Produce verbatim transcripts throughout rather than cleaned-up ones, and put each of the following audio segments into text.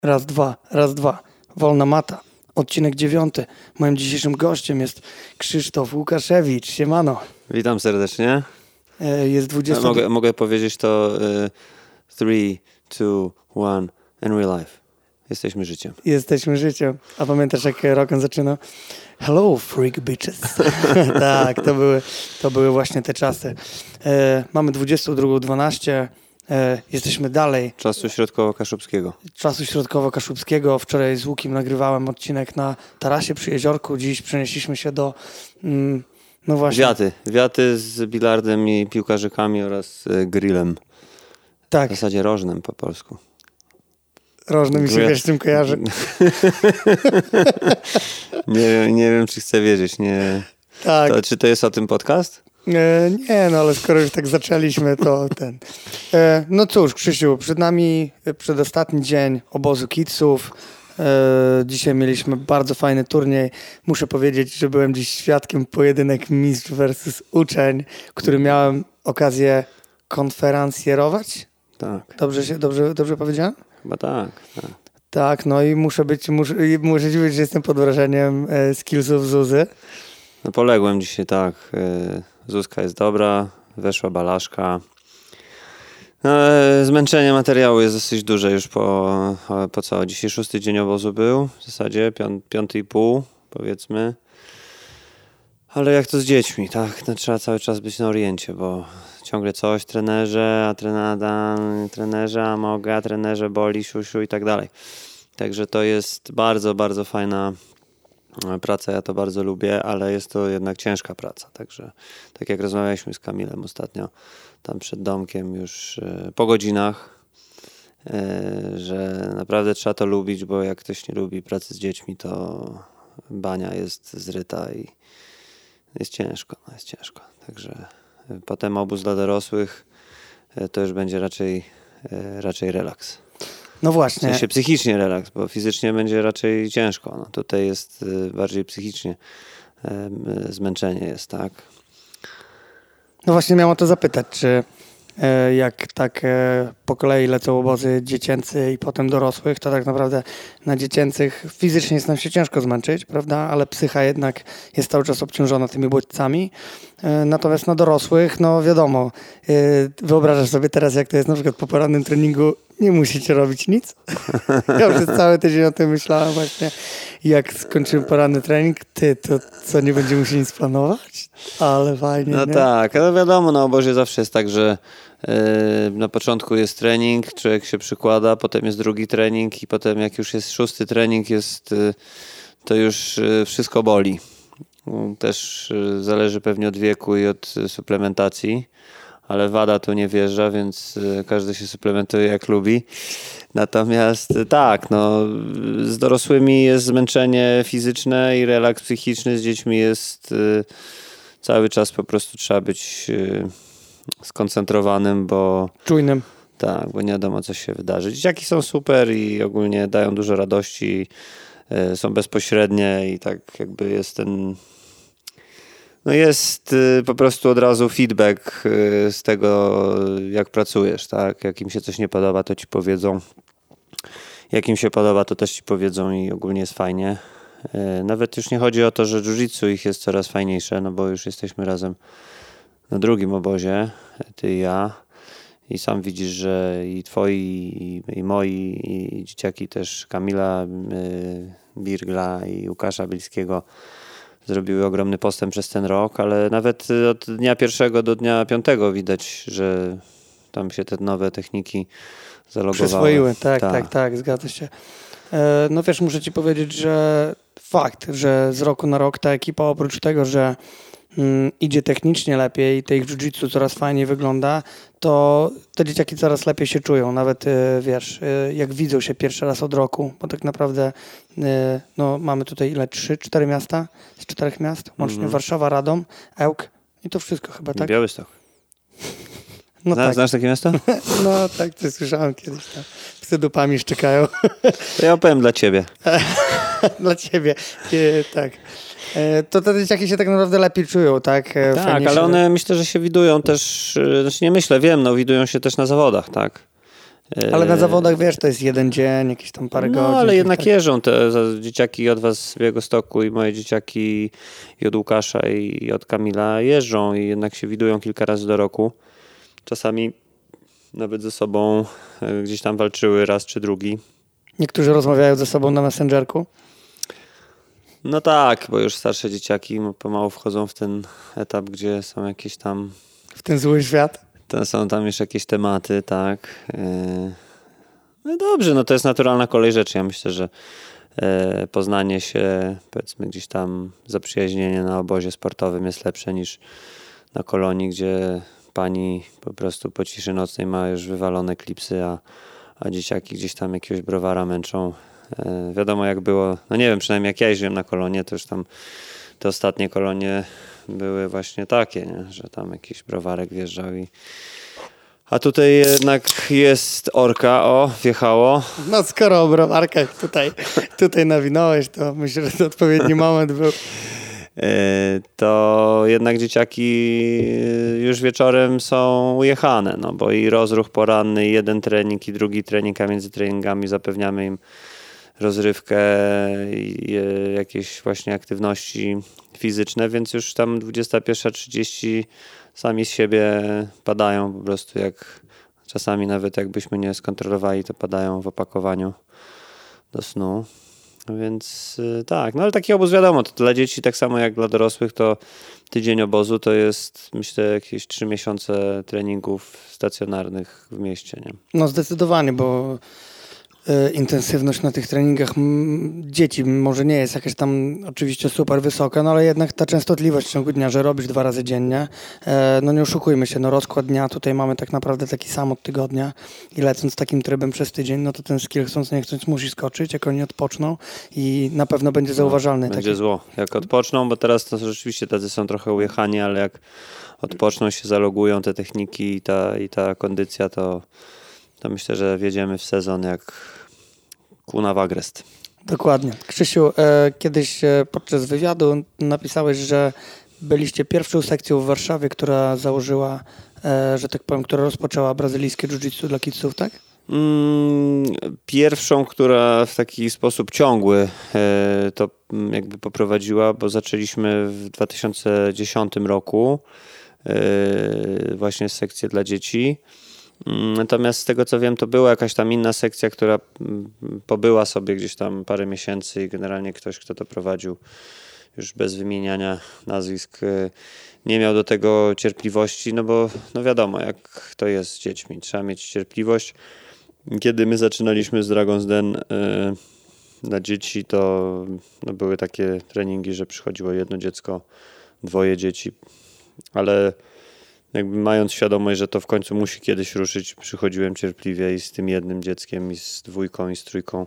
Raz, dwa, raz, dwa. Wolna mata. Odcinek dziewiąty. Moim dzisiejszym gościem jest Krzysztof Łukaszewicz. Siemano. Witam serdecznie. E, jest dwudziesty. Mogę, mogę powiedzieć to y, three, two, one and real life. Jesteśmy życiem. Jesteśmy życiem. A pamiętasz, jak Rokan zaczynał? Hello, freak bitches. Tak, to były, to były właśnie te czasy. E, mamy dwudziestą drugą dwanaście. E, jesteśmy dalej. Czasu Środkowo-Kaszubskiego. Czasu Środkowo-Kaszubskiego. Wczoraj z Łukiem nagrywałem odcinek na tarasie przy jeziorku. Dziś przenieśliśmy się do... Mm, no właśnie. Wiaty. Wiaty z bilardem i piłkarzykami oraz y, grillem. Tak. W zasadzie rożnem po polsku. Rożny mi się Gry... wiesz, z tym kojarzy. nie, nie wiem, czy chcę wiedzieć. Nie. Tak. To, czy to jest o tym podcast? E, nie, no ale skoro już tak zaczęliśmy, to ten... E, no cóż, Krzysiu, przed nami przedostatni dzień obozu kidsów. E, dzisiaj mieliśmy bardzo fajny turniej. Muszę powiedzieć, że byłem dziś świadkiem pojedynek mistrz versus uczeń, który miałem okazję konferencjerować. Tak. Dobrze, się, dobrze, dobrze powiedziałem? Chyba tak. tak. Tak, no i muszę być, muszę, muszę ci powiedzieć, że jestem pod wrażeniem e, skillsów Zuzy. No poległem dzisiaj, tak. Zuzka jest dobra, weszła Balaszka. No, zmęczenie materiału jest dosyć duże już po, po co? Dzisiaj szósty dzień obozu był, w zasadzie pią, piąty i pół, powiedzmy. Ale jak to z dziećmi, tak? No, trzeba cały czas być na oriencie, bo ciągle coś, trenerze, a trenada, trenerze, a mogę, a trenerze boli, siusiu i tak dalej. Także to jest bardzo, bardzo fajna praca, ja to bardzo lubię, ale jest to jednak ciężka praca. Także tak jak rozmawialiśmy z Kamilem ostatnio, tam przed domkiem już e, po godzinach, e, że naprawdę trzeba to lubić, bo jak ktoś nie lubi pracy z dziećmi, to bania jest zryta i jest ciężko, no jest ciężko. Także e, potem obóz dla dorosłych e, to już będzie raczej, e, raczej relaks. No właśnie. W sensie psychicznie relaks, bo fizycznie będzie raczej ciężko. No tutaj jest y, bardziej psychicznie y, zmęczenie jest, tak? No właśnie miałem o to zapytać, czy e, jak tak e, po kolei lecą obozy dziecięcy i potem dorosłych, to tak naprawdę na dziecięcych fizycznie jest nam się ciężko zmęczyć, prawda? Ale psycha jednak jest cały czas obciążona tymi bodźcami. E, natomiast na dorosłych, no wiadomo, e, wyobrażasz sobie teraz, jak to jest na przykład po porannym treningu, nie musicie robić nic. Ja przez cały tydzień o tym myślałem właśnie. Jak skończyłem poranny trening, ty, to co, nie będziemy musieli nic planować? Ale fajnie, No nie? tak, ale wiadomo, na obozie zawsze jest tak, że yy, na początku jest trening, człowiek się przykłada, potem jest drugi trening i potem jak już jest szósty trening, jest, yy, to już yy, wszystko boli. Yy, też yy, zależy pewnie od wieku i od yy, suplementacji. Ale wada tu nie wjeżdża, więc każdy się suplementuje jak lubi. Natomiast tak, no, z dorosłymi jest zmęczenie fizyczne i relaks psychiczny, z dziećmi jest y, cały czas po prostu trzeba być y, skoncentrowanym, bo... Czujnym. Tak, bo nie wiadomo, co się wydarzy. Dzieciaki są super i ogólnie dają dużo radości, y, są bezpośrednie i tak jakby jest ten... No jest y, po prostu od razu feedback y, z tego, jak pracujesz, tak? Jak im się coś nie podoba, to ci powiedzą. Jak im się podoba, to też ci powiedzą i ogólnie jest fajnie. Y, nawet już nie chodzi o to, że jiu-jitsu ich jest coraz fajniejsze, no bo już jesteśmy razem na drugim obozie, ty i ja. I sam widzisz, że i twoi, i, i moi, i dzieciaki też Kamila, y, Birgla i Łukasza Bliskiego zrobiły ogromny postęp przez ten rok, ale nawet od dnia pierwszego do dnia piątego widać, że tam się te nowe techniki zalogowały. Przyswoiły, tak, tak, tak, tak, zgadza się. E, no wiesz, muszę ci powiedzieć, że fakt, że z roku na rok ta ekipa oprócz tego, że mm, idzie technicznie lepiej i te ich jiu-jitsu coraz fajniej wygląda, to te dzieciaki coraz lepiej się czują. Nawet e, wiesz, e, jak widzą się pierwszy raz od roku, bo tak naprawdę e, no, mamy tutaj ile? Trzy, cztery miasta? Z czterech miast? Łącznie mm-hmm. Warszawa, Radom, Ełk i to wszystko chyba, tak? Białystok. No Zna, tak. Znasz takie miasto? No tak, to słyszałem kiedyś tam. Psy dupami szczekają. To ja opowiem dla ciebie. Dla ciebie, e, tak. E, to te dzieciaki się tak naprawdę lepiej czują, tak? E, tak, fajnie ale się... one myślę, że się widują też, znaczy nie myślę, wiem, no widują się też na zawodach, tak? Ale na zawodach, wiesz, to jest jeden dzień, jakieś tam parę no, godzin. No, ale jednak tak. jeżdżą te dzieciaki od was z Białegostoku i moje dzieciaki i od Łukasza i od Kamila jeżdżą i jednak się widują kilka razy do roku. Czasami nawet ze sobą gdzieś tam walczyły raz czy drugi. Niektórzy rozmawiają ze sobą na Messengerku? No tak, bo już starsze dzieciaki pomału wchodzą w ten etap, gdzie są jakieś tam... W ten zły świat? To są tam już jakieś tematy, tak. No dobrze, no to jest naturalna kolej rzeczy. Ja myślę, że poznanie się, powiedzmy gdzieś tam zaprzyjaźnienie na obozie sportowym jest lepsze niż na kolonii, gdzie pani po prostu po ciszy nocnej ma już wywalone klipsy, a, a dzieciaki gdzieś tam jakiegoś browara męczą. E, wiadomo jak było, no nie wiem, przynajmniej jak ja jeździłem na kolonie, to już tam te ostatnie kolonie były właśnie takie, nie? Że tam jakiś browarek wjeżdżał i... A tutaj jednak jest orka, o, wjechało. No skoro o browarkach tutaj, tutaj nawinąłeś, to myślę, że to odpowiedni moment był. To jednak dzieciaki już wieczorem są ujechane, no bo i rozruch poranny, jeden trening i drugi trening, a między treningami zapewniamy im rozrywkę i jakieś właśnie aktywności fizyczne, więc już tam dwudziesta pierwsza trzydzieści sami z siebie padają po prostu, jak czasami nawet jakbyśmy nie skontrolowali, to padają w opakowaniu do snu. Więc tak, no ale taki obóz wiadomo, to dla dzieci tak samo jak dla dorosłych, to tydzień obozu to jest myślę jakieś trzy miesiące treningów stacjonarnych w mieście, nie? No zdecydowanie, bo y, intensywność na tych treningach m, dzieci może nie jest jakaś tam oczywiście super wysoka, no ale jednak ta częstotliwość w ciągu dnia, że robisz dwa razy dziennie, e, no nie oszukujmy się, no rozkład dnia tutaj mamy tak naprawdę taki sam od tygodnia i lecąc takim trybem przez tydzień, no to ten skill chcąc nie chcąc musi skoczyć, jak oni odpoczną i na pewno będzie zauważalny. No, będzie taki... zło, jak odpoczną, bo teraz to rzeczywiście tacy są trochę ujechani, ale jak odpoczną, się zalogują te techniki i ta, i ta kondycja, to, to myślę, że wjedziemy w sezon jak kuna w agrest. Dokładnie. Krzysiu, e, kiedyś e, podczas wywiadu napisałeś, że byliście pierwszą sekcją w Warszawie, która założyła, e, że tak powiem, która rozpoczęła brazylijskie jiu-jitsu dla kidsów, tak? Mm, pierwszą, która w taki sposób ciągły e, to jakby poprowadziła, bo zaczęliśmy w dwa tysiące dziesiątym roku e, właśnie sekcję dla dzieci. Natomiast z tego co wiem, to była jakaś tam inna sekcja, która pobyła sobie gdzieś tam parę miesięcy i generalnie ktoś, kto to prowadził, już bez wymieniania nazwisk, nie miał do tego cierpliwości, no bo no wiadomo, jak to jest z dziećmi, trzeba mieć cierpliwość. Kiedy my zaczynaliśmy z Dragon's Den yy, dla dzieci, to no, były takie treningi, że przychodziło jedno dziecko, dwoje dzieci, ale jakby mając świadomość, że to w końcu musi kiedyś ruszyć, przychodziłem cierpliwie i z tym jednym dzieckiem, i z dwójką, i z trójką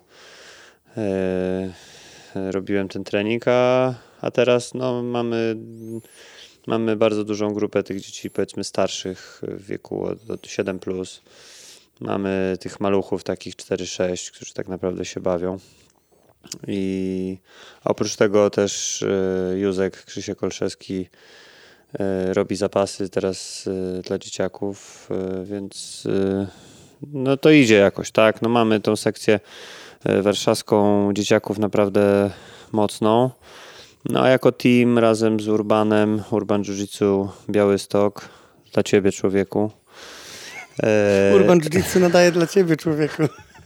yy, robiłem ten trening, a, a teraz no, mamy, mamy bardzo dużą grupę tych dzieci, powiedzmy starszych, w wieku od, od siedem plus. Mamy tych maluchów takich cztery sześć, którzy tak naprawdę się bawią. I oprócz tego też yy, Józek Krzysiek Olszewski robi zapasy teraz y, dla dzieciaków, y, więc y, no to idzie jakoś, tak? No mamy tą sekcję y, warszawską dzieciaków naprawdę mocną. No a jako team razem z Urbanem, Urban Jiu-Jitsu Białystok, dla ciebie człowieku. E... Urban Jiu-Jitsu nadaje dla ciebie człowieku.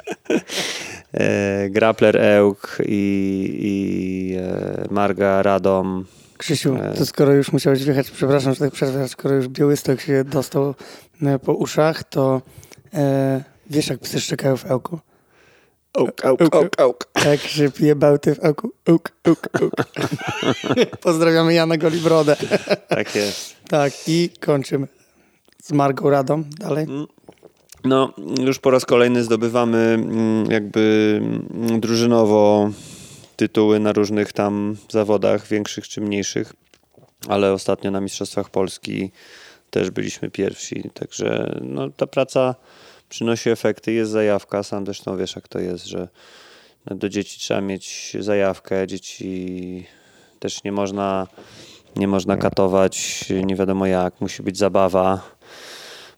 e, Grappler Ełk i, i e, Marga Radom. Krzysiu, to skoro już musiałeś wjechać, przepraszam, że tak przerwę, skoro już Białystok się dostał po uszach, to e, wiesz jak psy szczekają w ełku? Ełk, ełk, ełk, ełk. Jak się pije bełty w ełku? Ełk, ełk, ełk. Pozdrawiamy Jana Golibrodę. Tak jest. Tak, i kończymy z Margą Radą. Dalej. No, już po raz kolejny zdobywamy jakby drużynowo tytuły na różnych tam zawodach, większych czy mniejszych, ale ostatnio na Mistrzostwach Polski też byliśmy pierwsi, także no, ta praca przynosi efekty, jest zajawka, sam zresztą wiesz jak to jest, że do dzieci trzeba mieć zajawkę, dzieci też nie można, nie można katować nie wiadomo jak, musi być zabawa,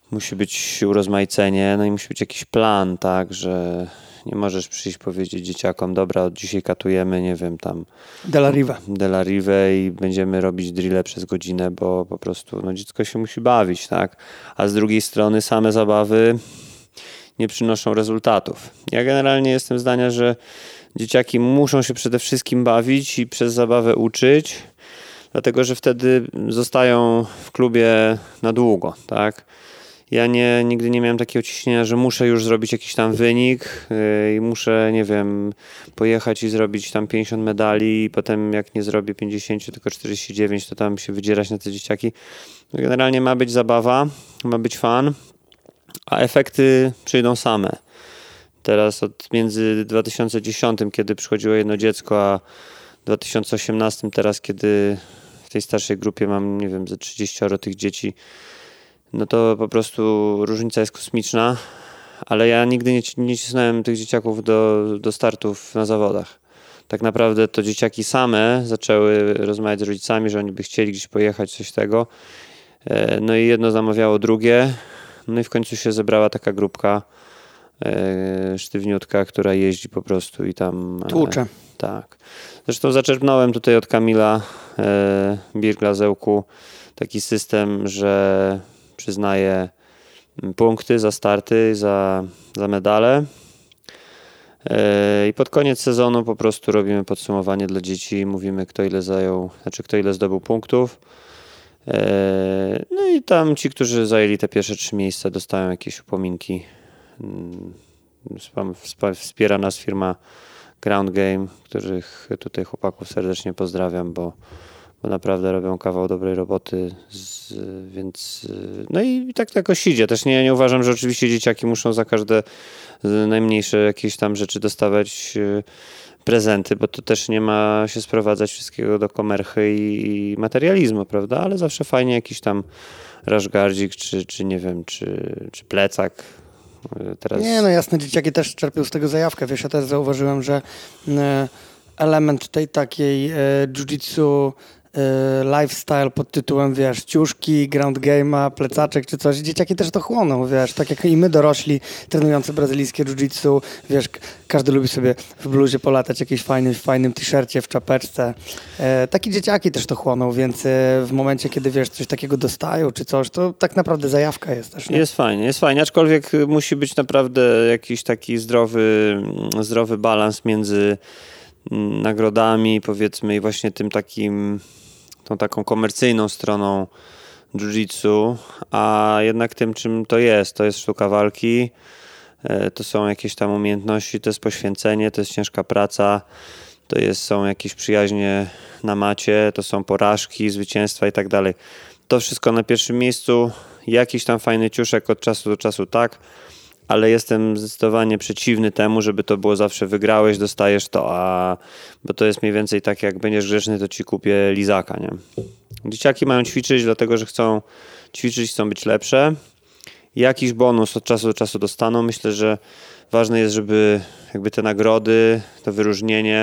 musi być urozmaicenie, no i musi być jakiś plan, tak, że nie możesz przyjść powiedzieć dzieciakom, dobra, od dzisiaj katujemy, nie wiem, tam De la Riva. De la Riva i będziemy robić drille przez godzinę, bo po prostu no, dziecko się musi bawić, tak? A z drugiej strony same zabawy nie przynoszą rezultatów. Ja generalnie jestem zdania, że dzieciaki muszą się przede wszystkim bawić i przez zabawę uczyć, dlatego że wtedy zostają w klubie na długo, tak? Ja nie, nigdy nie miałem takiego ciśnienia, że muszę już zrobić jakiś tam wynik yy, i muszę, nie wiem, pojechać i zrobić tam pięćdziesiąt medali i potem jak nie zrobię pięćdziesiąt, tylko czterdzieści dziewięć, to tam się wydzierać na te dzieciaki. Generalnie ma być zabawa, ma być fan, a efekty przyjdą same. Teraz od między dwa tysiące dziesiątym, kiedy przychodziło jedno dziecko, a dwa tysiące osiemnastym teraz, kiedy w tej starszej grupie mam, nie wiem, ze trzydzieści tych dzieci, no to po prostu różnica jest kosmiczna, ale ja nigdy nie, nie cisnąłem tych dzieciaków do, do startów na zawodach. Tak naprawdę to dzieciaki same zaczęły rozmawiać z rodzicami, że oni by chcieli gdzieś pojechać, coś tego. No i jedno zamawiało drugie, no i w końcu się zebrała taka grupka e, sztywniutka, która jeździ po prostu i tam... Tłucze. E, tak. Zresztą zaczerpnąłem tutaj od Kamila e, Birgla-Zełku taki system, że przyznaje punkty za starty, za, za medale. I pod koniec sezonu po prostu robimy podsumowanie dla dzieci, mówimy kto ile zajął, znaczy kto ile zdobył punktów. No i tam ci, którzy zajęli te pierwsze trzy miejsca, dostają jakieś upominki. Wspiera nas firma Ground Game, których tutaj chłopaków serdecznie pozdrawiam, bo bo naprawdę robią kawał dobrej roboty, z, więc no i tak to jakoś idzie. Też nie, nie uważam, że oczywiście dzieciaki muszą za każde najmniejsze jakieś tam rzeczy dostawać prezenty, bo to też nie ma się sprowadzać wszystkiego do komerchy i, i materializmu, prawda? Ale zawsze fajnie jakiś tam rashguardzik, czy, czy nie wiem, czy, czy plecak. Teraz... Nie, no jasne, dzieciaki też czerpią z tego zajawkę. Wiesz, ja też zauważyłem, że element tej takiej jiu-jitsu lifestyle pod tytułem, wiesz, ciuszki, ground game'a, plecaczek czy coś. Dzieciaki też to chłoną, wiesz, tak jak i my dorośli trenujący brazylijskie jiu-jitsu, wiesz, każdy lubi sobie w bluzie polatać jakimś fajnym, w fajnym t-shircie, w czapeczce. E, takie dzieciaki też to chłoną, więc e, w momencie, kiedy, wiesz, coś takiego dostają czy coś, to tak naprawdę zajawka jest też, nie? Jest fajnie, jest fajnie, aczkolwiek musi być naprawdę jakiś taki zdrowy, zdrowy balans między nagrodami, powiedzmy, i właśnie tym takim tą taką komercyjną stroną jiu-jitsu, a jednak tym, czym to jest. To jest sztuka walki, to są jakieś tam umiejętności, to jest poświęcenie, to jest ciężka praca, to jest, są jakieś przyjaźnie na macie, to są porażki, zwycięstwa i tak dalej. To wszystko na pierwszym miejscu, jakiś tam fajny ciuszek od czasu do czasu, tak, ale jestem zdecydowanie przeciwny temu, żeby to było zawsze wygrałeś, dostajesz to, a bo to jest mniej więcej tak, jak będziesz grzeczny, to ci kupię lizaka, nie? Dzieciaki mają ćwiczyć, dlatego że chcą ćwiczyć, chcą być lepsze. Jakiś bonus od czasu do czasu dostaną. Myślę, że ważne jest, żeby jakby te nagrody, to wyróżnienie,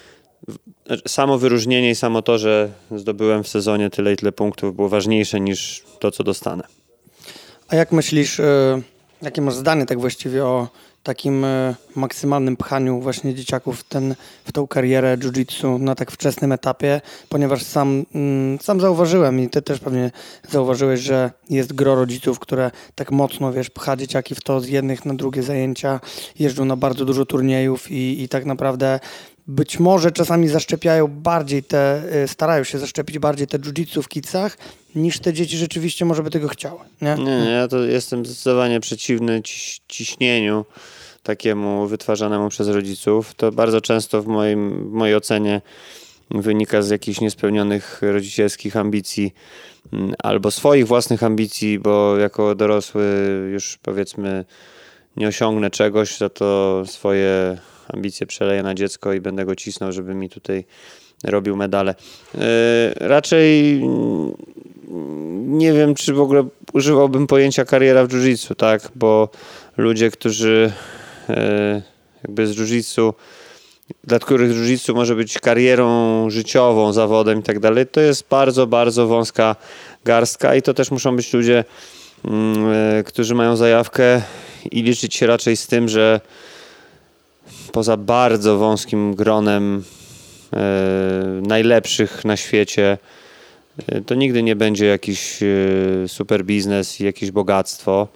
samo wyróżnienie i samo to, że zdobyłem w sezonie tyle i tyle punktów, było ważniejsze niż to, co dostanę. A jak myślisz... Y- Jakie masz zdanie tak właściwie o takim e, maksymalnym pchaniu właśnie dzieciaków w, ten, w tą karierę jiu-jitsu na tak wczesnym etapie, ponieważ sam, mm, sam zauważyłem i ty też pewnie zauważyłeś, że jest gro rodziców, które tak mocno, wiesz, pcha dzieciaki w to z jednych na drugie zajęcia, jeżdżą na bardzo dużo turniejów i, i tak naprawdę być może czasami zaszczepiają bardziej te, starają się zaszczepić bardziej te jiu-jitsu w kidsach, niż te dzieci rzeczywiście może by tego chciały. Nie, nie, nie ja to jestem zdecydowanie przeciwny ciś, ciśnieniu takiemu wytwarzanemu przez rodziców. To bardzo często w, moim, w mojej ocenie wynika z jakichś niespełnionych rodzicielskich ambicji albo swoich własnych ambicji, bo jako dorosły już powiedzmy nie osiągnę czegoś, za to swoje ambicje przeleję na dziecko i będę go cisnął, żeby mi tutaj robił medale. Yy, raczej nie wiem, czy w ogóle używałbym pojęcia kariera w jiu-jitsu, tak? Bo ludzie, którzy yy, jakby z jiu-jitsu, dla których jiu-jitsu może być karierą życiową, zawodem i tak dalej, to jest bardzo, bardzo wąska garstka i to też muszą być ludzie którzy mają zajawkę i liczyć się raczej z tym, że poza bardzo wąskim gronem najlepszych na świecie to nigdy nie będzie jakiś super biznes i jakieś bogactwo.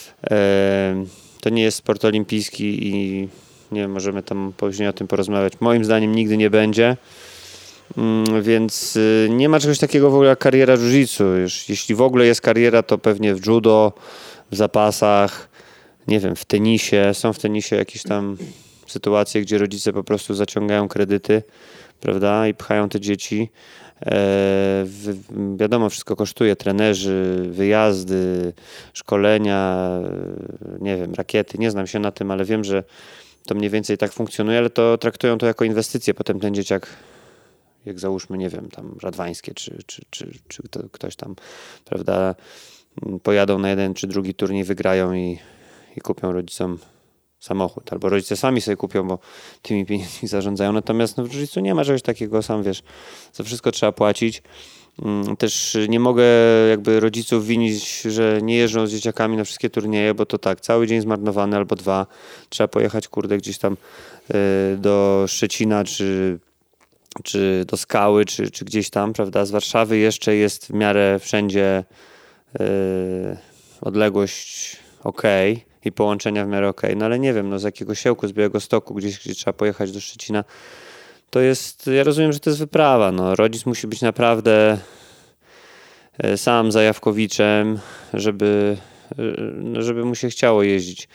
To nie jest sport olimpijski i nie wiem, możemy tam później o tym porozmawiać. Moim zdaniem nigdy nie będzie. Więc nie ma czegoś takiego w ogóle jak kariera jiu-jitsu. Jeśli w ogóle jest kariera, to pewnie w judo, w zapasach, nie wiem, w tenisie. Są w tenisie jakieś tam sytuacje, gdzie rodzice po prostu zaciągają kredyty, prawda, i pchają te dzieci. E, wiadomo, wszystko kosztuje. Trenerzy, wyjazdy, szkolenia, nie wiem, rakiety. Nie znam się na tym, ale wiem, że to mniej więcej tak funkcjonuje, ale to traktują to jako inwestycję. Potem ten dzieciak, jak załóżmy, nie wiem, tam Radwańskie, czy, czy, czy, czy ktoś tam, prawda, pojadą na jeden czy drugi turniej, wygrają i, i kupią rodzicom samochód. Albo rodzice sami sobie kupią, bo tymi pieniędzmi zarządzają. Natomiast no, w życiu nie ma czegoś takiego, sam wiesz, za wszystko trzeba płacić. Też nie mogę jakby rodziców winić, że nie jeżdżą z dzieciakami na wszystkie turnieje, bo to tak, cały dzień zmarnowany albo dwa. Trzeba pojechać, kurde, gdzieś tam y, do Szczecina, czy czy do Skały, czy, czy gdzieś tam, prawda, z Warszawy jeszcze jest w miarę wszędzie yy, odległość ok i połączenia w miarę ok, no ale nie wiem, no z jakiego Siełku, z Białegostoku, gdzieś, gdzie trzeba pojechać do Szczecina, to jest, ja rozumiem, że to jest wyprawa, no rodzic musi być naprawdę yy, sam zajawkowiczem, żeby, yy, żeby mu się chciało jeździć.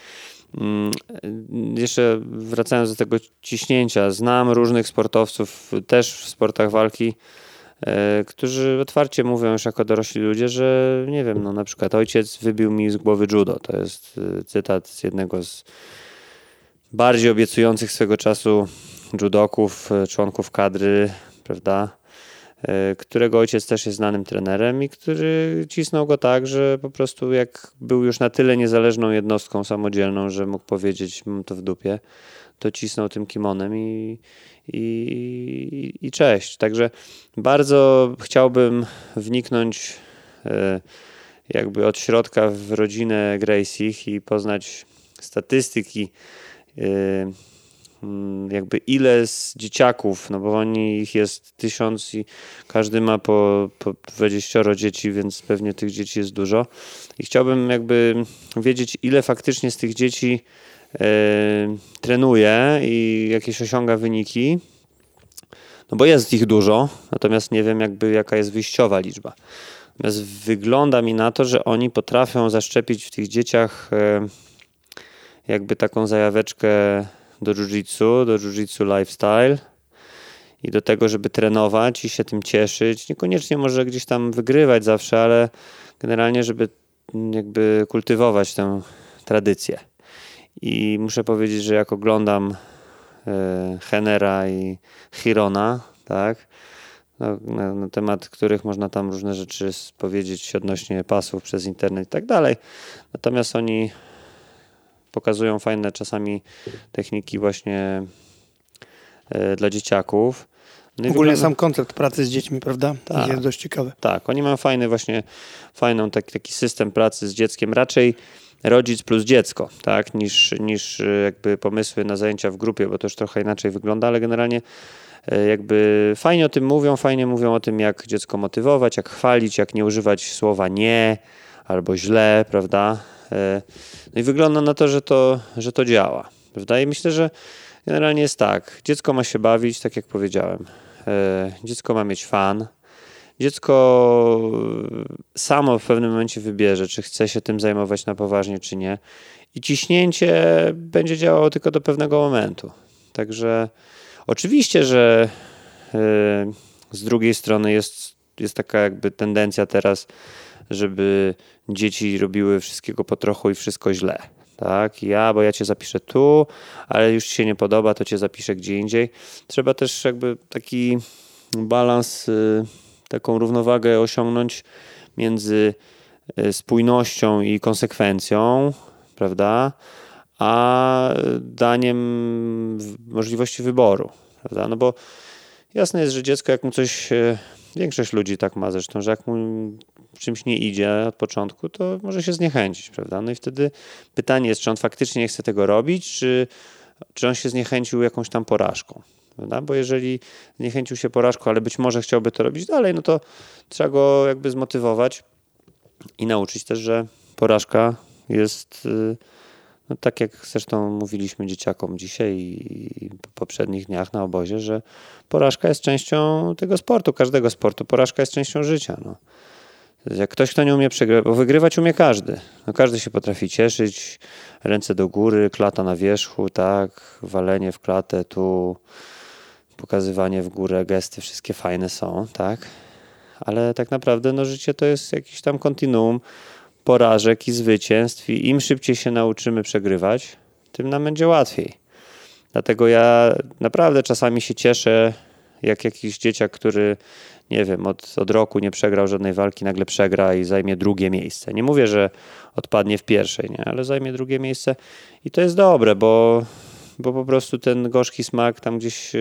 Jeszcze wracając do tego ciśnięcia, znam różnych sportowców też w sportach walki, e, którzy otwarcie mówią już jako dorośli ludzie, że nie wiem, no na przykład ojciec wybił mi z głowy judo. To jest cytat z jednego z bardziej obiecujących swego czasu judoków, członków kadry, prawda, e, którego ojciec też jest znanym trenerem i który cisnął go tak, że po prostu jak był już na tyle niezależną jednostką samodzielną, że mógł powiedzieć, mam to w dupie, to cisnął tym kimonem i, i, i cześć. Także bardzo chciałbym wniknąć e, jakby od środka w rodzinę Gracies i poznać statystyki, e, jakby ile z dzieciaków, no bo oni ich jest tysiąc i każdy ma po, po dwudziestoro dzieci, więc pewnie tych dzieci jest dużo. I chciałbym jakby wiedzieć, ile faktycznie z tych dzieci e, trenuje i jakieś osiąga wyniki. No bo jest ich dużo, natomiast nie wiem jakby jaka jest wyjściowa liczba. Natomiast wygląda mi na to, że oni potrafią zaszczepić w tych dzieciach e, jakby taką zajaweczkę do jiu-jitsu, do jiu-jitsu lifestyle i do tego, żeby trenować i się tym cieszyć. Niekoniecznie może gdzieś tam wygrywać zawsze, ale generalnie, żeby jakby kultywować tę tradycję. I muszę powiedzieć, że jak oglądam e, Henera i Hirona, tak, no, na, na temat których można tam różne rzeczy powiedzieć odnośnie pasów przez internet i tak dalej. Natomiast oni pokazują fajne czasami techniki właśnie e, dla dzieciaków. No ogólnie wygląda... sam koncept pracy z dziećmi, prawda? Tak, jest dość ciekawy. Tak, oni mają fajny właśnie, fajną taki, taki system pracy z dzieckiem, raczej rodzic plus dziecko, tak, niż, niż jakby pomysły na zajęcia w grupie, bo to już trochę inaczej wygląda, ale generalnie jakby fajnie o tym mówią, fajnie mówią o tym, jak dziecko motywować, jak chwalić, jak nie używać słowa nie albo źle, prawda? No i wygląda na to, że to, że to działa, prawda? I myślę, że generalnie jest tak, dziecko ma się bawić, tak jak powiedziałem, dziecko ma mieć fan, dziecko samo w pewnym momencie wybierze, czy chce się tym zajmować na poważnie, czy nie. I ciśnięcie będzie działało tylko do pewnego momentu. Także oczywiście, że yy, z drugiej strony jest, jest taka jakby tendencja teraz, żeby dzieci robiły wszystkiego po trochu i wszystko źle. Tak, ja, bo ja cię zapiszę tu, ale już ci się nie podoba, to cię zapiszę gdzie indziej. Trzeba też jakby taki balans, yy, taką równowagę osiągnąć między spójnością i konsekwencją, prawda, a daniem możliwości wyboru, prawda, no bo jasne jest, że dziecko jak mu coś Większość ludzi tak ma zresztą, że jak mu w czymś nie idzie od początku, to może się zniechęcić, prawda? No i wtedy pytanie jest, czy on faktycznie nie chce tego robić, czy, czy on się zniechęcił jakąś tam porażką, prawda? Bo jeżeli zniechęcił się porażką, ale być może chciałby to robić dalej, no to trzeba go jakby zmotywować i nauczyć też, że porażka jest, no tak jak zresztą mówiliśmy dzieciakom dzisiaj i w poprzednich dniach na obozie, że porażka jest częścią tego sportu, każdego sportu. Porażka jest częścią życia. No. Jak ktoś, kto nie umie przegrywać, bo wygrywać umie każdy. No, każdy się potrafi cieszyć, ręce do góry, klata na wierzchu, tak, walenie w klatę, tu pokazywanie w górę, gesty, wszystkie fajne są, tak. Ale tak naprawdę no, życie to jest jakiś tam kontinuum porażek i zwycięstw i im szybciej się nauczymy przegrywać, tym nam będzie łatwiej. Dlatego ja naprawdę czasami się cieszę, jak jakiś dzieciak, który nie wiem, od, od roku nie przegrał żadnej walki, nagle przegra i zajmie drugie miejsce. Nie mówię, że odpadnie w pierwszej, nie, ale zajmie drugie miejsce i to jest dobre, bo, bo po prostu ten gorzki smak tam gdzieś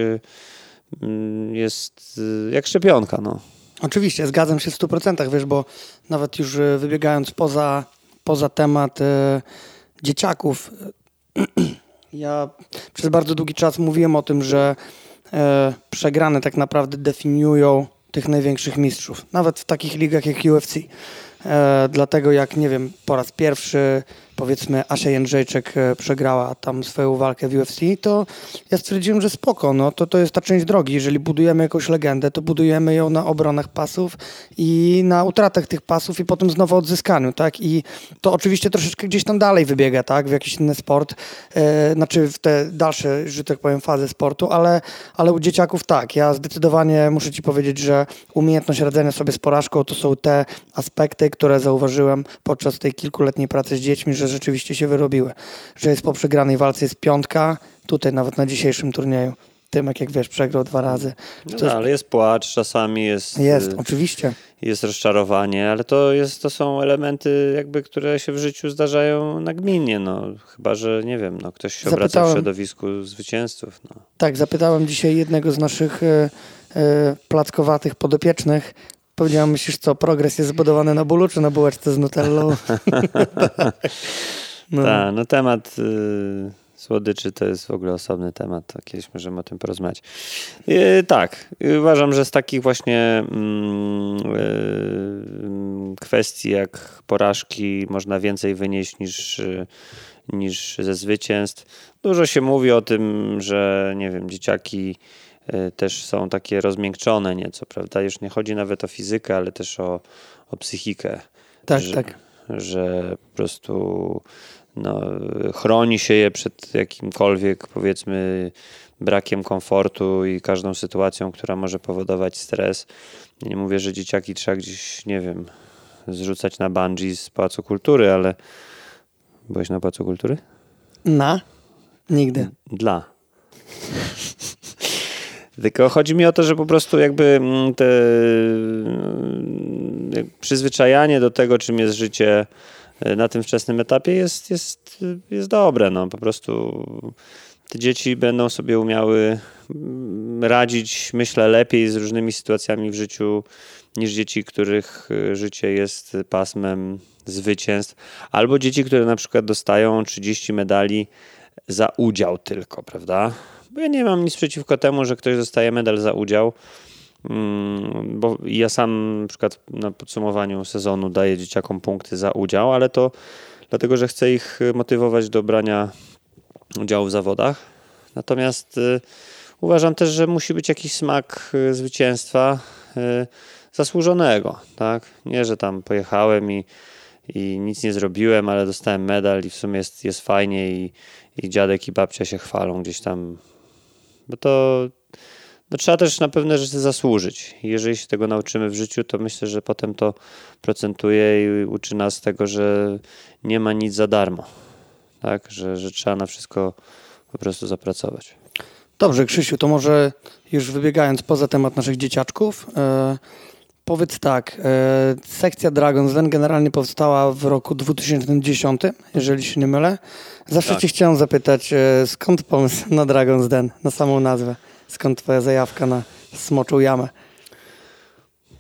jest jak szczepionka, no. Oczywiście, zgadzam się w stu procentach, wiesz, bo nawet już wybiegając poza, poza temat e, dzieciaków, ja przez bardzo długi czas mówiłem o tym, że e, przegrane tak naprawdę definiują tych największych mistrzów, nawet w takich ligach jak U F C. E, dlatego jak, nie wiem, po raz pierwszy powiedzmy Asia Jędrzejczyk przegrała tam swoją walkę w U F C, to ja stwierdziłem, że spoko, no to to jest ta część drogi. Jeżeli budujemy jakąś legendę, to budujemy ją na obronach pasów i na utratach tych pasów i potem znowu odzyskaniu, tak? I to oczywiście troszeczkę gdzieś tam dalej wybiega, tak? W jakiś inny sport, e, znaczy w te dalsze, że tak powiem, fazy sportu, ale, ale u dzieciaków tak. Ja zdecydowanie muszę ci powiedzieć, że umiejętność radzenia sobie z porażką to są te aspekty, które zauważyłem podczas tej kilkuletniej pracy z dziećmi, że rzeczywiście się wyrobiły. Że jest po przegranej walce jest piątka, tutaj nawet na dzisiejszym turnieju. Tymek, jak wiesz, przegrał dwa razy. No, jest... ale jest płacz, czasami jest... Jest, oczywiście. Jest rozczarowanie, ale to, jest, to są elementy, jakby, które się w życiu zdarzają nagminnie. No. Chyba, że nie wiem, no, ktoś się zapytałem, obraca w środowisku zwycięzców. No. Tak, zapytałem dzisiaj jednego z naszych e, e, plackowatych podopiecznych. Powiedziałem, myślisz co, progres jest zbudowany na bólu, czy na bułeczce z nutellą? no. Tak, no temat y, słodyczy to jest w ogóle osobny temat. To kiedyś możemy o tym porozmawiać. Y, tak, uważam, że z takich właśnie y, y, kwestii jak porażki można więcej wynieść niż, niż ze zwycięstw. Dużo się mówi o tym, że nie wiem, dzieciaki też są takie rozmiękczone nieco, prawda? Już nie chodzi nawet o fizykę, ale też o, o psychikę. Tak, że, tak. Że po prostu no, chroni się je przed jakimkolwiek, powiedzmy, brakiem komfortu i każdą sytuacją, która może powodować stres. Nie mówię, że dzieciaki trzeba gdzieś, nie wiem, zrzucać na bungee z Pałacu Kultury, ale byłeś na Pałacu Kultury? Na? Nigdy. Dla. Tylko chodzi mi o to, że po prostu jakby te przyzwyczajanie do tego, czym jest życie na tym wczesnym etapie jest, jest, jest dobre. No. Po prostu te dzieci będą sobie umiały radzić, myślę, lepiej z różnymi sytuacjami w życiu niż dzieci, których życie jest pasmem zwycięstw. Albo dzieci, które na przykład dostają trzydzieści medali za udział tylko, prawda? Bo ja nie mam nic przeciwko temu, że ktoś dostaje medal za udział, bo ja sam na przykład na podsumowaniu sezonu daję dzieciakom punkty za udział, ale to dlatego, że chcę ich motywować do brania udziału w zawodach. Natomiast y, uważam też, że musi być jakiś smak y, zwycięstwa y, zasłużonego, tak? Nie, że tam pojechałem i, i nic nie zrobiłem, ale dostałem medal i w sumie jest, jest fajnie i, i dziadek i babcia się chwalą gdzieś tam. Bo to no trzeba też na pewne rzeczy zasłużyć. Jeżeli się tego nauczymy w życiu, to myślę, że potem to procentuje i uczy nas tego, że nie ma nic za darmo. Tak? Że, że trzeba na wszystko po prostu zapracować. Dobrze, Krzysiu, to może już wybiegając poza temat naszych dzieciaczków, e, powiedz tak, e, sekcja Dragon's Den generalnie powstała w roku dwa tysiące dziesiątym, jeżeli się nie mylę. Zawsze tak. cię chciałem zapytać, e, skąd pomysł na Dragon's Den, na samą nazwę? Skąd twoja zajawka na Smoczą Jamę?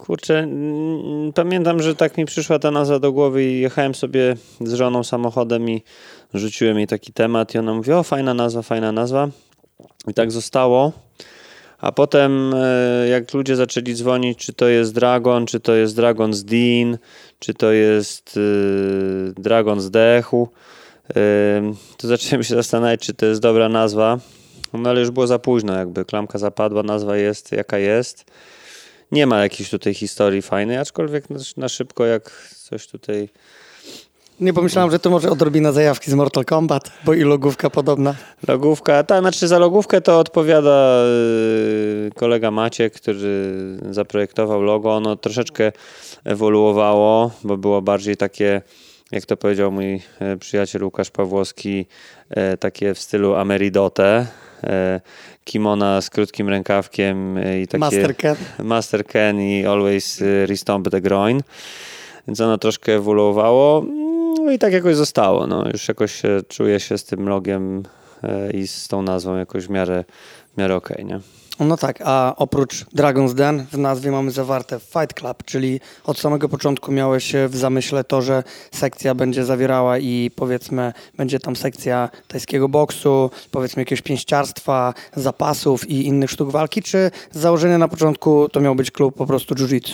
Kurczę, mm, pamiętam, że tak mi przyszła ta nazwa do głowy i jechałem sobie z żoną samochodem i rzuciłem jej taki temat i ona mówi, o fajna nazwa, fajna nazwa. I tak zostało. A potem e, jak ludzie zaczęli dzwonić, czy to jest Dragon, czy to jest Dragon's Den, czy to jest y, Dragon zdechł, y, to zacząłem się zastanawiać, czy to jest dobra nazwa. No ale już było za późno, jakby klamka zapadła, nazwa jest jaka jest. Nie ma jakiejś tutaj historii fajnej, aczkolwiek na, na szybko jak coś tutaj... Nie pomyślałem, że to może odrobina zajawki z Mortal Kombat, bo i logówka podobna. Logówka, tak, znaczy za logówkę to odpowiada yy, kolega Maciek, który zaprojektował logo. Ono troszeczkę ewoluowało, bo było bardziej takie, jak to powiedział mój yy, przyjaciel Łukasz Pawłowski, yy, takie w stylu Ameridote. Kimona z krótkim rękawkiem i takie Master Ken. Master Ken i Always Restomp the Groin. Więc ono troszkę ewoluowało. No i tak jakoś zostało. No, już jakoś się, czuję się z tym logiem i z tą nazwą jakoś w miarę, w miarę okej, okay, nie? No tak, a oprócz Dragon's Den w nazwie mamy zawarte Fight Club, czyli od samego początku miałeś w zamyśle to, że sekcja będzie zawierała i powiedzmy będzie tam sekcja tajskiego boksu, powiedzmy jakiegoś pięściarstwa, zapasów i innych sztuk walki, czy z założenia na początku to miał być klub po prostu jiu-jitsu?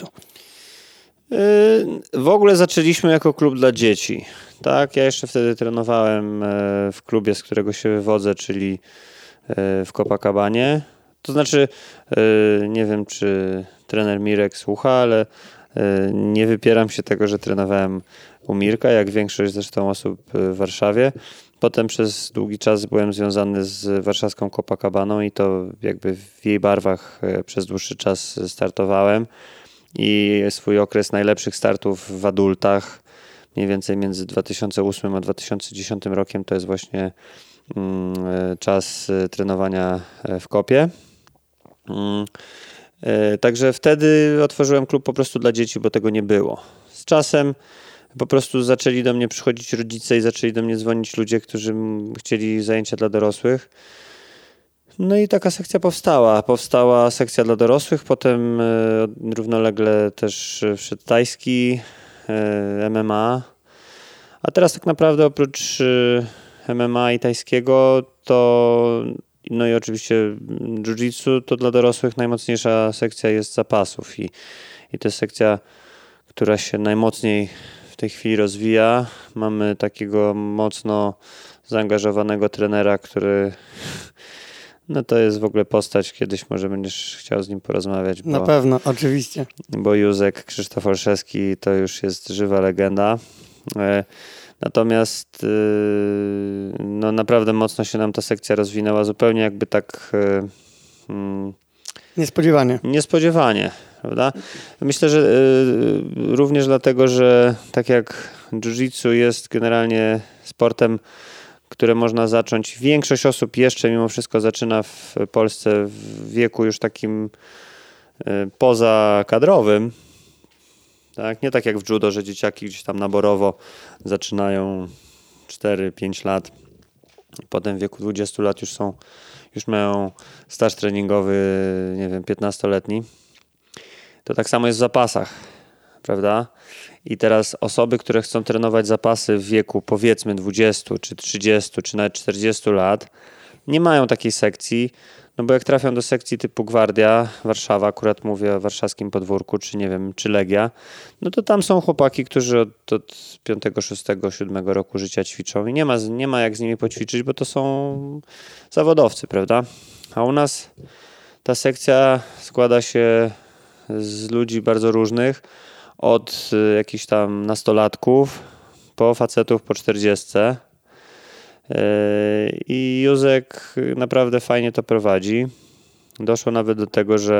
W ogóle zaczęliśmy jako klub dla dzieci. Tak, ja jeszcze wtedy trenowałem w klubie, z którego się wywodzę, czyli w Copacabanie. To znaczy, nie wiem, czy trener Mirek słucha, ale nie wypieram się tego, że trenowałem u Mirka, jak większość zresztą osób w Warszawie. Potem przez długi czas byłem związany z warszawską Copacabaną i to jakby w jej barwach przez dłuższy czas startowałem. I swój okres najlepszych startów w adultach, mniej więcej między dwa tysiące ósmym a dwa tysiące dziesiątym rokiem, to jest właśnie mm, czas trenowania w kopie. Mm, także wtedy otworzyłem klub po prostu dla dzieci, bo tego nie było. Z czasem po prostu zaczęli do mnie przychodzić rodzice i zaczęli do mnie dzwonić ludzie, którzy chcieli zajęcia dla dorosłych. No i taka sekcja powstała. Powstała sekcja dla dorosłych, potem e, równolegle też wszedł tajski, e, M M A. A teraz tak naprawdę oprócz e, M M A i tajskiego to, no i oczywiście jiu-jitsu, to dla dorosłych najmocniejsza sekcja jest zapasów. I, i to jest sekcja, która się najmocniej w tej chwili rozwija. Mamy takiego mocno zaangażowanego trenera, który... No to jest w ogóle postać, kiedyś może będziesz chciał z nim porozmawiać. Bo, Na pewno, oczywiście. Bo Józek Krzysztof Olszewski to już jest żywa legenda. Natomiast no naprawdę mocno się nam ta sekcja rozwinęła, zupełnie jakby tak... Niespodziewanie. Niespodziewanie, prawda? Myślę, że również dlatego, że tak jak jiu-jitsu jest generalnie sportem, które można zacząć. Większość osób jeszcze mimo wszystko zaczyna w Polsce w wieku już takim pozakadrowym. Tak? Nie tak jak w judo, że dzieciaki gdzieś tam naborowo zaczynają cztery pięć lat. Potem w wieku dwudziestu lat już są, już mają staż treningowy, nie wiem, piętnastoletni. To tak samo jest w zapasach, prawda? I teraz osoby, które chcą trenować zapasy w wieku powiedzmy dwudziestu, czy trzydziestu, czy nawet czterdziestu lat, nie mają takiej sekcji, no bo jak trafią do sekcji typu Gwardia, Warszawa, akurat mówię o warszawskim podwórku, czy nie wiem, czy Legia, no to tam są chłopaki, którzy od, od piątego, szóstego, siódmego roku życia ćwiczą i nie ma, nie ma jak z nimi poćwiczyć, bo to są zawodowcy, prawda? A u nas ta sekcja składa się z ludzi bardzo różnych, od jakichś tam nastolatków po facetów po czterdziestce. I Józek naprawdę fajnie to prowadzi. Doszło nawet do tego, że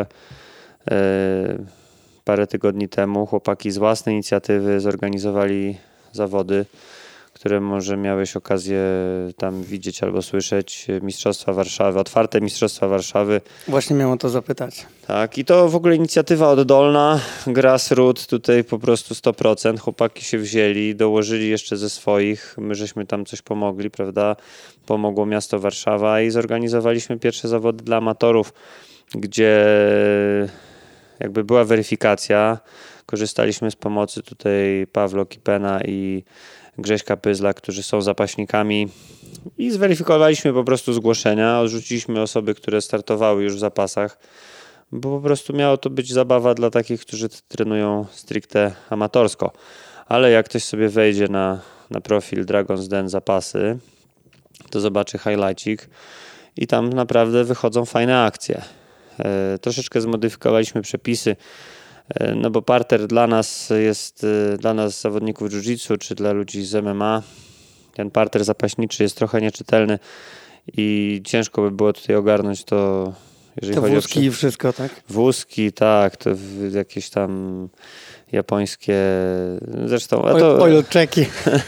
parę tygodni temu chłopaki z własnej inicjatywy zorganizowali zawody, które może miałeś okazję tam widzieć albo słyszeć. Mistrzostwa Warszawy, otwarte Mistrzostwa Warszawy. Właśnie miałem o to zapytać. Tak, i to w ogóle inicjatywa oddolna, grassroots tutaj po prostu sto procent. Chłopaki się wzięli, dołożyli jeszcze ze swoich, my żeśmy tam coś pomogli, prawda? Pomogło miasto Warszawa i zorganizowaliśmy pierwsze zawody dla amatorów, gdzie jakby była weryfikacja. Korzystaliśmy z pomocy tutaj Pawła Kipena i Grześka Pyzla, którzy są zapaśnikami i zweryfikowaliśmy po prostu zgłoszenia. Odrzuciliśmy osoby, które startowały już w zapasach, bo po prostu miało to być zabawa dla takich, którzy trenują stricte amatorsko. Ale jak ktoś sobie wejdzie na, na profil Dragon's Den Zapasy, to zobaczy highlightcik i tam naprawdę wychodzą fajne akcje. E, troszeczkę zmodyfikowaliśmy przepisy, e, no bo parter dla nas jest, e, dla nas zawodników jiu-jitsu czy dla ludzi z M M A, ten parter zapaśniczy jest trochę nieczytelny i ciężko by było tutaj ogarnąć to, jeżeli to chodzi wózki o... i wszystko, tak? Wózki, tak, to jakieś tam japońskie, zresztą... A to... Oil checki.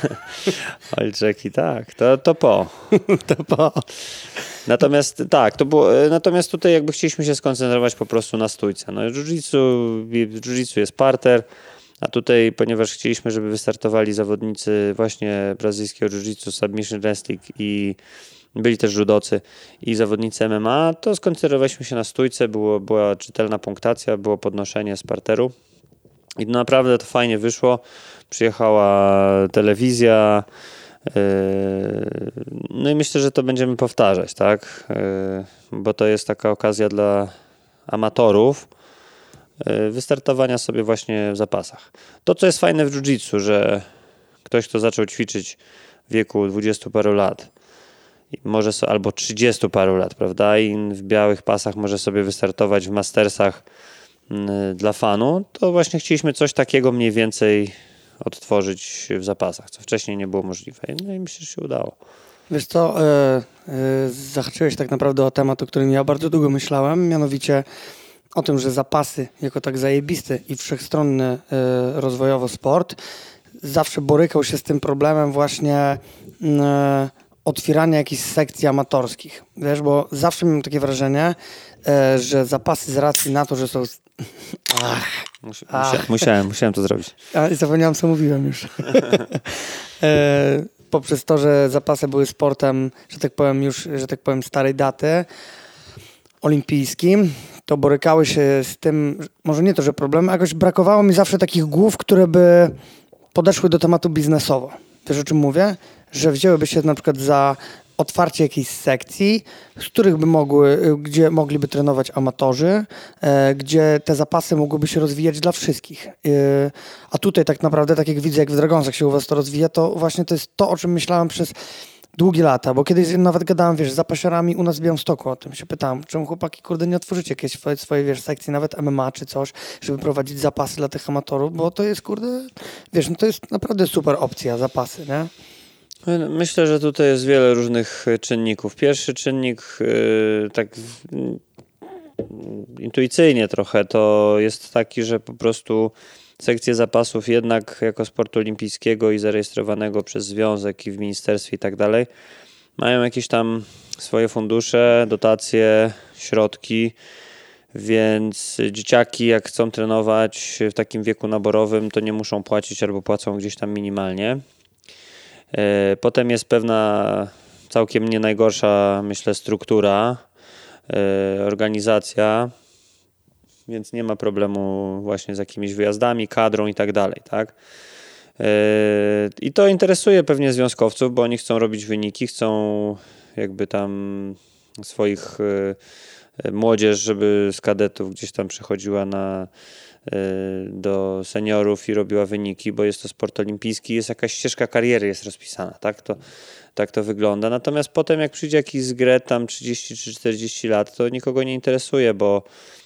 Oil checki, tak, to, to po. to po. Natomiast tak, to było, natomiast tutaj jakby chcieliśmy się skoncentrować po prostu na stójce. No jiu-jitsu, jiu-jitsu jest parter, a tutaj, ponieważ chcieliśmy, żeby wystartowali zawodnicy właśnie brazylijskiego jiu-jitsu, submission wrestling i byli też judocy i zawodnicy M M A, to skoncentrowaliśmy się na stójce, było, była czytelna punktacja, było podnoszenie z parteru i naprawdę to fajnie wyszło. Przyjechała telewizja, yy, no i myślę, że to będziemy powtarzać, tak? Yy, bo to jest taka okazja dla amatorów yy, wystartowania sobie właśnie w zapasach. To, co jest fajne w jiu-jitsu, że ktoś, kto zaczął ćwiczyć w wieku dwudziestu paru lat, może so, albo trzydziestu paru lat, prawda? I w białych pasach może sobie wystartować w mastersach y, dla fanu, to właśnie chcieliśmy coś takiego mniej więcej odtworzyć w zapasach, co wcześniej nie było możliwe. No i myślę, że się udało. Wiesz co, yy, yy, zahaczyłeś tak naprawdę o temat, o którym ja bardzo długo myślałem, mianowicie o tym, że zapasy jako tak zajebisty i wszechstronny yy, rozwojowo sport zawsze borykał się z tym problemem właśnie yy, otwierania jakichś sekcji amatorskich. Wiesz, bo zawsze miałem takie wrażenie, e, że zapasy z racji na to, że są... Ach, Musi, musia, musiałem, musiałem to zrobić. A, zapomniałem, co mówiłem już. e, poprzez to, że zapasy były sportem, że tak powiem już, że tak powiem starej daty, olimpijskim, to borykały się z tym, może nie to, że problem, a jakoś brakowało mi zawsze takich głów, które by podeszły do tematu biznesowo. Wiesz, o czym mówię? Że wzięłyby się na przykład za otwarcie jakiejś sekcji, z których by mogły, gdzie mogliby trenować amatorzy, e, gdzie te zapasy mogłyby się rozwijać dla wszystkich. E, a tutaj tak naprawdę, tak jak widzę, jak w Dragonsach się u was to rozwija, to właśnie to jest to, o czym myślałem przez długie lata, bo kiedyś nawet gadałem, wiesz, z zapasiarami u nas w Białymstoku o tym, się pytałem, czemu chłopaki, kurde, nie otworzycie jakiejś swoje, swoje, wiesz, sekcji, nawet M M A czy coś, żeby prowadzić zapasy dla tych amatorów, bo to jest, kurde, wiesz, no to jest naprawdę super opcja, zapasy, nie? Myślę, że tutaj jest wiele różnych czynników. Pierwszy czynnik, yy, tak yy, intuicyjnie trochę, to jest taki, że po prostu sekcje zapasów jednak jako sportu olimpijskiego i zarejestrowanego przez związek i w ministerstwie i tak dalej mają jakieś tam swoje fundusze, dotacje, środki, więc dzieciaki jak chcą trenować w takim wieku naborowym, to nie muszą płacić albo płacą gdzieś tam minimalnie. Potem jest pewna całkiem nie najgorsza, myślę, struktura, organizacja, więc nie ma problemu właśnie z jakimiś wyjazdami, kadrą i tak dalej, tak? I to interesuje pewnie związkowców, bo oni chcą robić wyniki, chcą jakby tam swoich młodzież, żeby z kadetów gdzieś tam przychodziła na do seniorów i robiła wyniki, bo jest to sport olimpijski, jest jakaś ścieżka kariery jest rozpisana, tak to, tak to wygląda. Natomiast potem jak przyjdzie jakiś zgret tam trzydzieści czy czterdzieści lat, to nikogo nie interesuje, bo,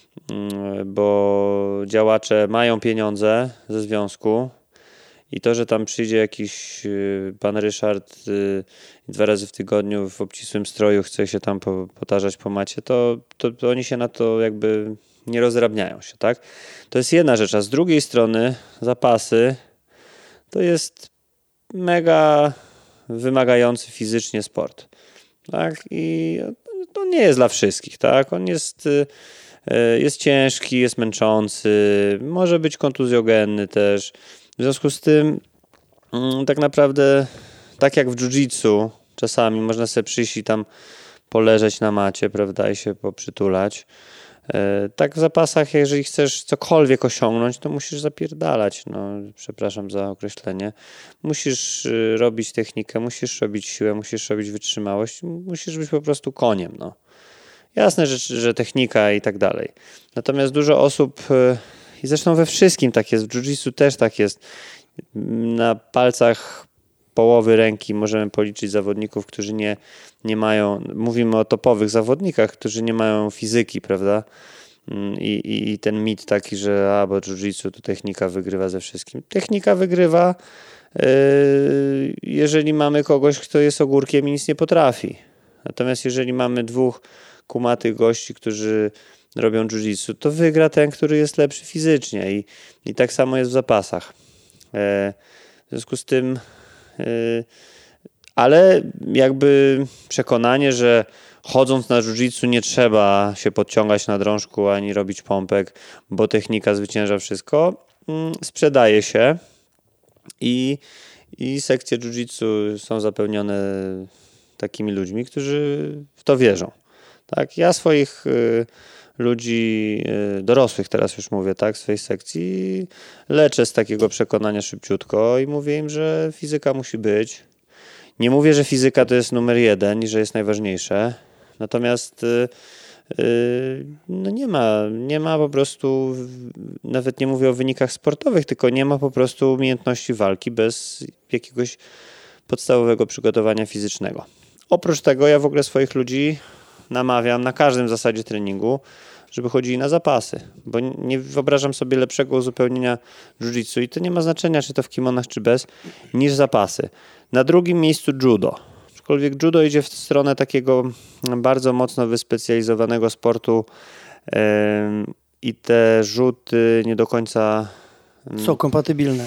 bo działacze mają pieniądze ze związku i to, że tam przyjdzie jakiś pan Ryszard dwa razy w tygodniu w obcisłym stroju chce się tam potarzać po macie, to, to, to oni się na to jakby nie rozdrabniają się, tak? To jest jedna rzecz, a z drugiej strony zapasy to jest mega wymagający fizycznie sport, tak? I to nie jest dla wszystkich, tak? On jest, jest ciężki, jest męczący, może być kontuzjogenny też. W związku z tym tak naprawdę tak jak w jiu-jitsu czasami można sobie przyjść i tam poleżeć na macie, prawda, i się poprzytulać. Tak w zapasach, jeżeli chcesz cokolwiek osiągnąć, to musisz zapierdalać, no przepraszam za określenie. Musisz robić technikę, musisz robić siłę, musisz robić wytrzymałość, musisz być po prostu koniem, no. Jasne, że, że technika i tak dalej. Natomiast dużo osób, i zresztą we wszystkim tak jest, w jiu-jitsu też tak jest, na palcach połowy ręki możemy policzyć zawodników, którzy nie, nie mają, mówimy o topowych zawodnikach, którzy nie mają fizyki, prawda? I, i, i ten mit taki, że a, bo jiu-jitsu to technika wygrywa ze wszystkim. Technika wygrywa, yy, jeżeli mamy kogoś, kto jest ogórkiem i nic nie potrafi. Natomiast jeżeli mamy dwóch kumatych gości, którzy robią jiu-jitsu, to wygra ten, który jest lepszy fizycznie i, i tak samo jest w zapasach. Yy, w związku z tym ale jakby przekonanie, że chodząc na jiu-jitsu nie trzeba się podciągać na drążku ani robić pompek, bo technika zwycięża wszystko, sprzedaje się i, i sekcje jiu-jitsu są zapełnione takimi ludźmi, którzy w to wierzą. Tak? Ja swoich y, ludzi y, dorosłych, teraz już mówię, tak, swojej sekcji leczę z takiego przekonania szybciutko i mówię im, że fizyka musi być. Nie mówię, że fizyka to jest numer jeden i że jest najważniejsze. Natomiast y, y, no nie ma, nie ma po prostu, nawet nie mówię o wynikach sportowych, tylko nie ma po prostu umiejętności walki bez jakiegoś podstawowego przygotowania fizycznego. Oprócz tego ja w ogóle swoich ludzi namawiam na każdym w zasadzie treningu, żeby chodzili na zapasy, bo nie wyobrażam sobie lepszego uzupełnienia jiu-jitsu i to nie ma znaczenia, czy to w kimonach, czy bez, niż zapasy. Na drugim miejscu judo. Aczkolwiek judo idzie w stronę takiego bardzo mocno wyspecjalizowanego sportu yy, i te rzuty nie do końca yy, są kompatybilne.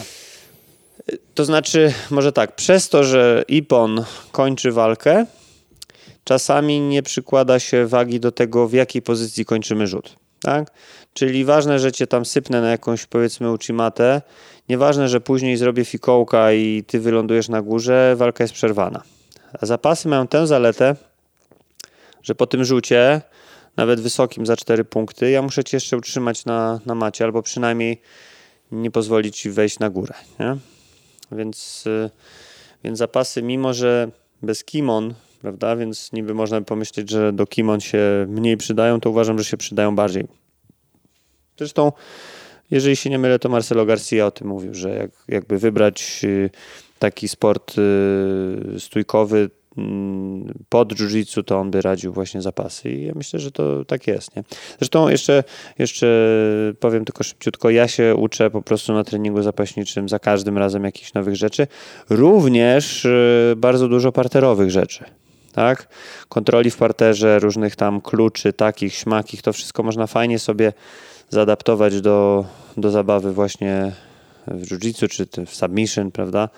To znaczy, może tak, przez to, że ippon kończy walkę, czasami nie przykłada się wagi do tego, w jakiej pozycji kończymy rzut. Tak? Czyli ważne, że cię tam sypnę na jakąś, powiedzmy, uchimatę. Nieważne, że później zrobię fikołka i ty wylądujesz na górze, walka jest przerwana. A zapasy mają tę zaletę, że po tym rzucie, nawet wysokim za cztery punkty, ja muszę cię jeszcze utrzymać na, na macie, albo przynajmniej nie pozwolić ci wejść na górę. Nie? Więc, więc zapasy, mimo że bez kimon, prawda, więc niby można by pomyśleć, że do kimon się mniej przydają, to uważam, że się przydają bardziej. Zresztą, jeżeli się nie mylę, to Marcelo Garcia o tym mówił, że jak, jakby wybrać taki sport stójkowy pod jiu-jitsu, to on by radził właśnie zapasy i ja myślę, że to tak jest. Nie? Zresztą jeszcze, jeszcze powiem tylko szybciutko, ja się uczę po prostu na treningu zapaśniczym za każdym razem jakichś nowych rzeczy, również bardzo dużo parterowych rzeczy. Tak? Kontroli w parterze, różnych tam kluczy, takich, śmakich, to wszystko można fajnie sobie zaadaptować do, do zabawy właśnie w jiu-jitsu czy w submission, prawda?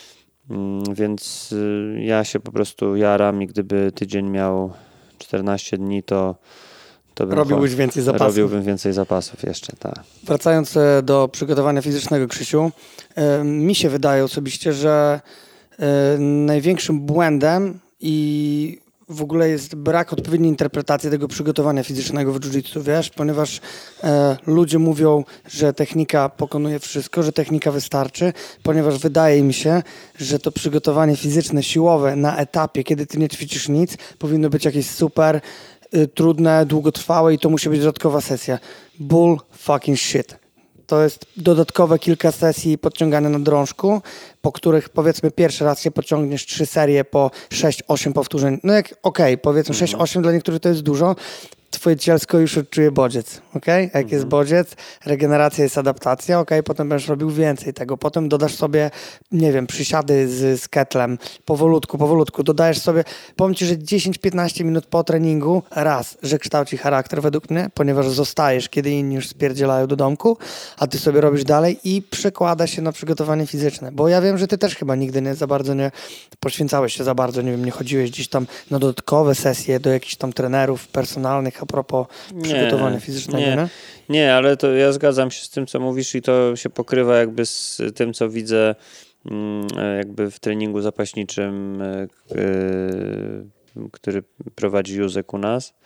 Więc ja się po prostu jaram i gdyby tydzień miał czternaście dni, to, to bym robiłbyś cho- więcej zapasów. Robiłbym więcej zapasów jeszcze, tak. Wracając do przygotowania fizycznego, Krzysiu, mi się wydaje osobiście, że największym błędem i w ogóle jest brak odpowiedniej interpretacji tego przygotowania fizycznego w jiu-jitsu, wiesz, ponieważ e, ludzie mówią, że technika pokonuje wszystko, że technika wystarczy, ponieważ wydaje mi się, że to przygotowanie fizyczne, siłowe na etapie, kiedy ty nie ćwiczysz nic, powinno być jakieś super y, trudne, długotrwałe i to musi być dodatkowa sesja. Bull fucking shit. To jest dodatkowe kilka sesji podciągane na drążku, po których powiedzmy pierwszy raz się podciągniesz trzy serie po sześć osiem powtórzeń. No jak okej, okay, powiedzmy sześć osiem dla niektórych to jest dużo. Twoje cielsko już odczuje bodziec, okej? Okay? Jak mhm. jest bodziec, regeneracja jest adaptacja, okej? Okay? Potem będziesz robił więcej tego. Potem dodasz sobie, nie wiem, przysiady z, z ketlem, powolutku, powolutku. Dodajesz sobie, powiem ci, że dziesięć piętnaście minut po treningu, raz, że kształci charakter według mnie, ponieważ zostajesz, kiedy inni już spierdzielają do domku, a ty sobie robisz dalej i przekłada się na przygotowanie fizyczne. Bo ja wiem, że ty też chyba nigdy nie za bardzo nie poświęcałeś się za bardzo, nie wiem, nie chodziłeś gdzieś tam na dodatkowe sesje do jakichś tam trenerów personalnych, a propos przygotowania nie, fizycznego, nie? nie? Nie, ale to ja zgadzam się z tym, co mówisz i to się pokrywa jakby z tym, co widzę jakby w treningu zapaśniczym, który prowadzi Józek u nas.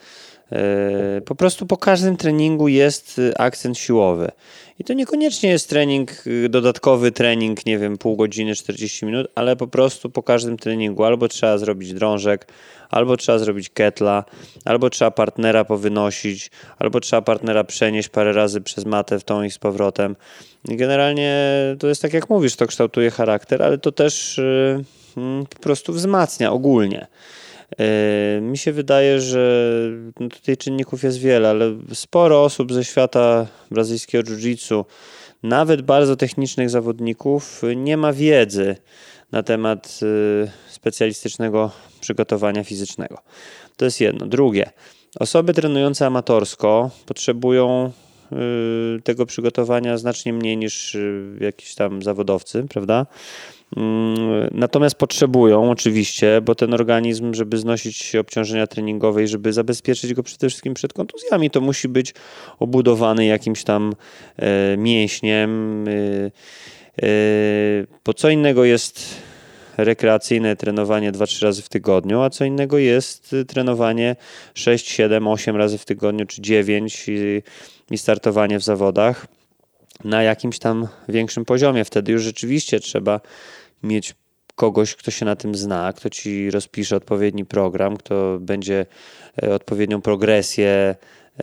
Po prostu po każdym treningu jest akcent siłowy. I to niekoniecznie jest trening, dodatkowy trening, nie wiem, pół godziny, czterdzieści minut, ale po prostu po każdym treningu albo trzeba zrobić drążek, albo trzeba zrobić ketla, albo trzeba partnera powynosić, albo trzeba partnera przenieść parę razy przez matę w tą i z powrotem. I generalnie to jest tak jak mówisz, to kształtuje charakter, ale to też yy, po prostu wzmacnia ogólnie. Yy, mi się wydaje, że no tutaj czynników jest wiele, ale sporo osób ze świata brazylijskiego jiu-jitsu, nawet bardzo technicznych zawodników, nie ma wiedzy na temat yy, specjalistycznego przygotowania fizycznego. To jest jedno. Drugie, osoby trenujące amatorsko potrzebują yy, tego przygotowania znacznie mniej niż yy, jakiś tam zawodowcy, prawda? Natomiast potrzebują oczywiście, bo ten organizm, żeby znosić obciążenia treningowe i żeby zabezpieczyć go przede wszystkim przed kontuzjami, to musi być obudowany jakimś tam e, mięśniem. E, e, bo co innego jest rekreacyjne trenowanie dwa trzy razy w tygodniu, a co innego jest trenowanie sześć, siedem, osiem razy w tygodniu czy dziewięć i, i startowanie w zawodach na jakimś tam większym poziomie. Wtedy już rzeczywiście trzeba mieć kogoś, kto się na tym zna, kto ci rozpisze odpowiedni program, kto będzie odpowiednią progresję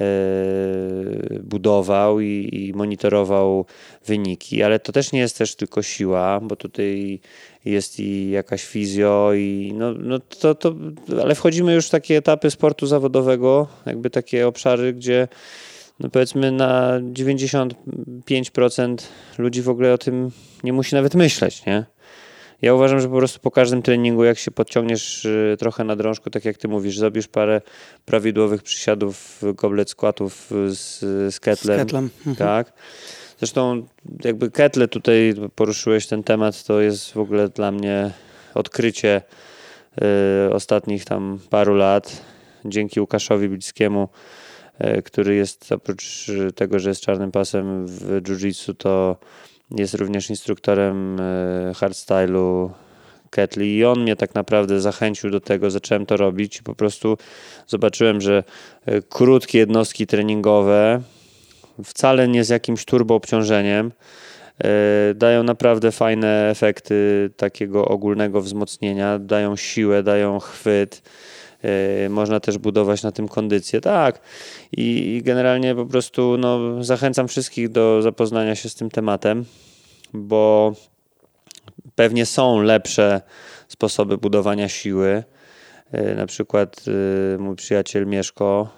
budował i, i monitorował wyniki, ale to też nie jest też tylko siła, bo tutaj jest i jakaś fizjo i no, no to, to, ale wchodzimy już w takie etapy sportu zawodowego, jakby takie obszary, gdzie no powiedzmy na dziewięćdziesiąt pięć procent ludzi w ogóle o tym nie musi nawet myśleć, nie? Ja uważam, że po prostu po każdym treningu, jak się podciągniesz trochę na drążku, tak jak ty mówisz, zrobisz parę prawidłowych przysiadów, goblet squatów z, z ketlem. Z ketlem. Tak. Zresztą jakby ketle, tutaj poruszyłeś ten temat, to jest w ogóle dla mnie odkrycie y, ostatnich tam paru lat. Dzięki Łukaszowi Bilickiemu, y, który jest oprócz tego, że jest czarnym pasem w jiu-jitsu, to jest również instruktorem hardstylu ketli i on mnie tak naprawdę zachęcił do tego, zacząłem to robić i po prostu zobaczyłem, że krótkie jednostki treningowe, wcale nie z jakimś turbo obciążeniem, dają naprawdę fajne efekty takiego ogólnego wzmocnienia, dają siłę, dają chwyt. Można też budować na tym kondycję, tak. I generalnie po prostu no, zachęcam wszystkich do zapoznania się z tym tematem, bo pewnie są lepsze sposoby budowania siły. Na przykład mój przyjaciel Mieszko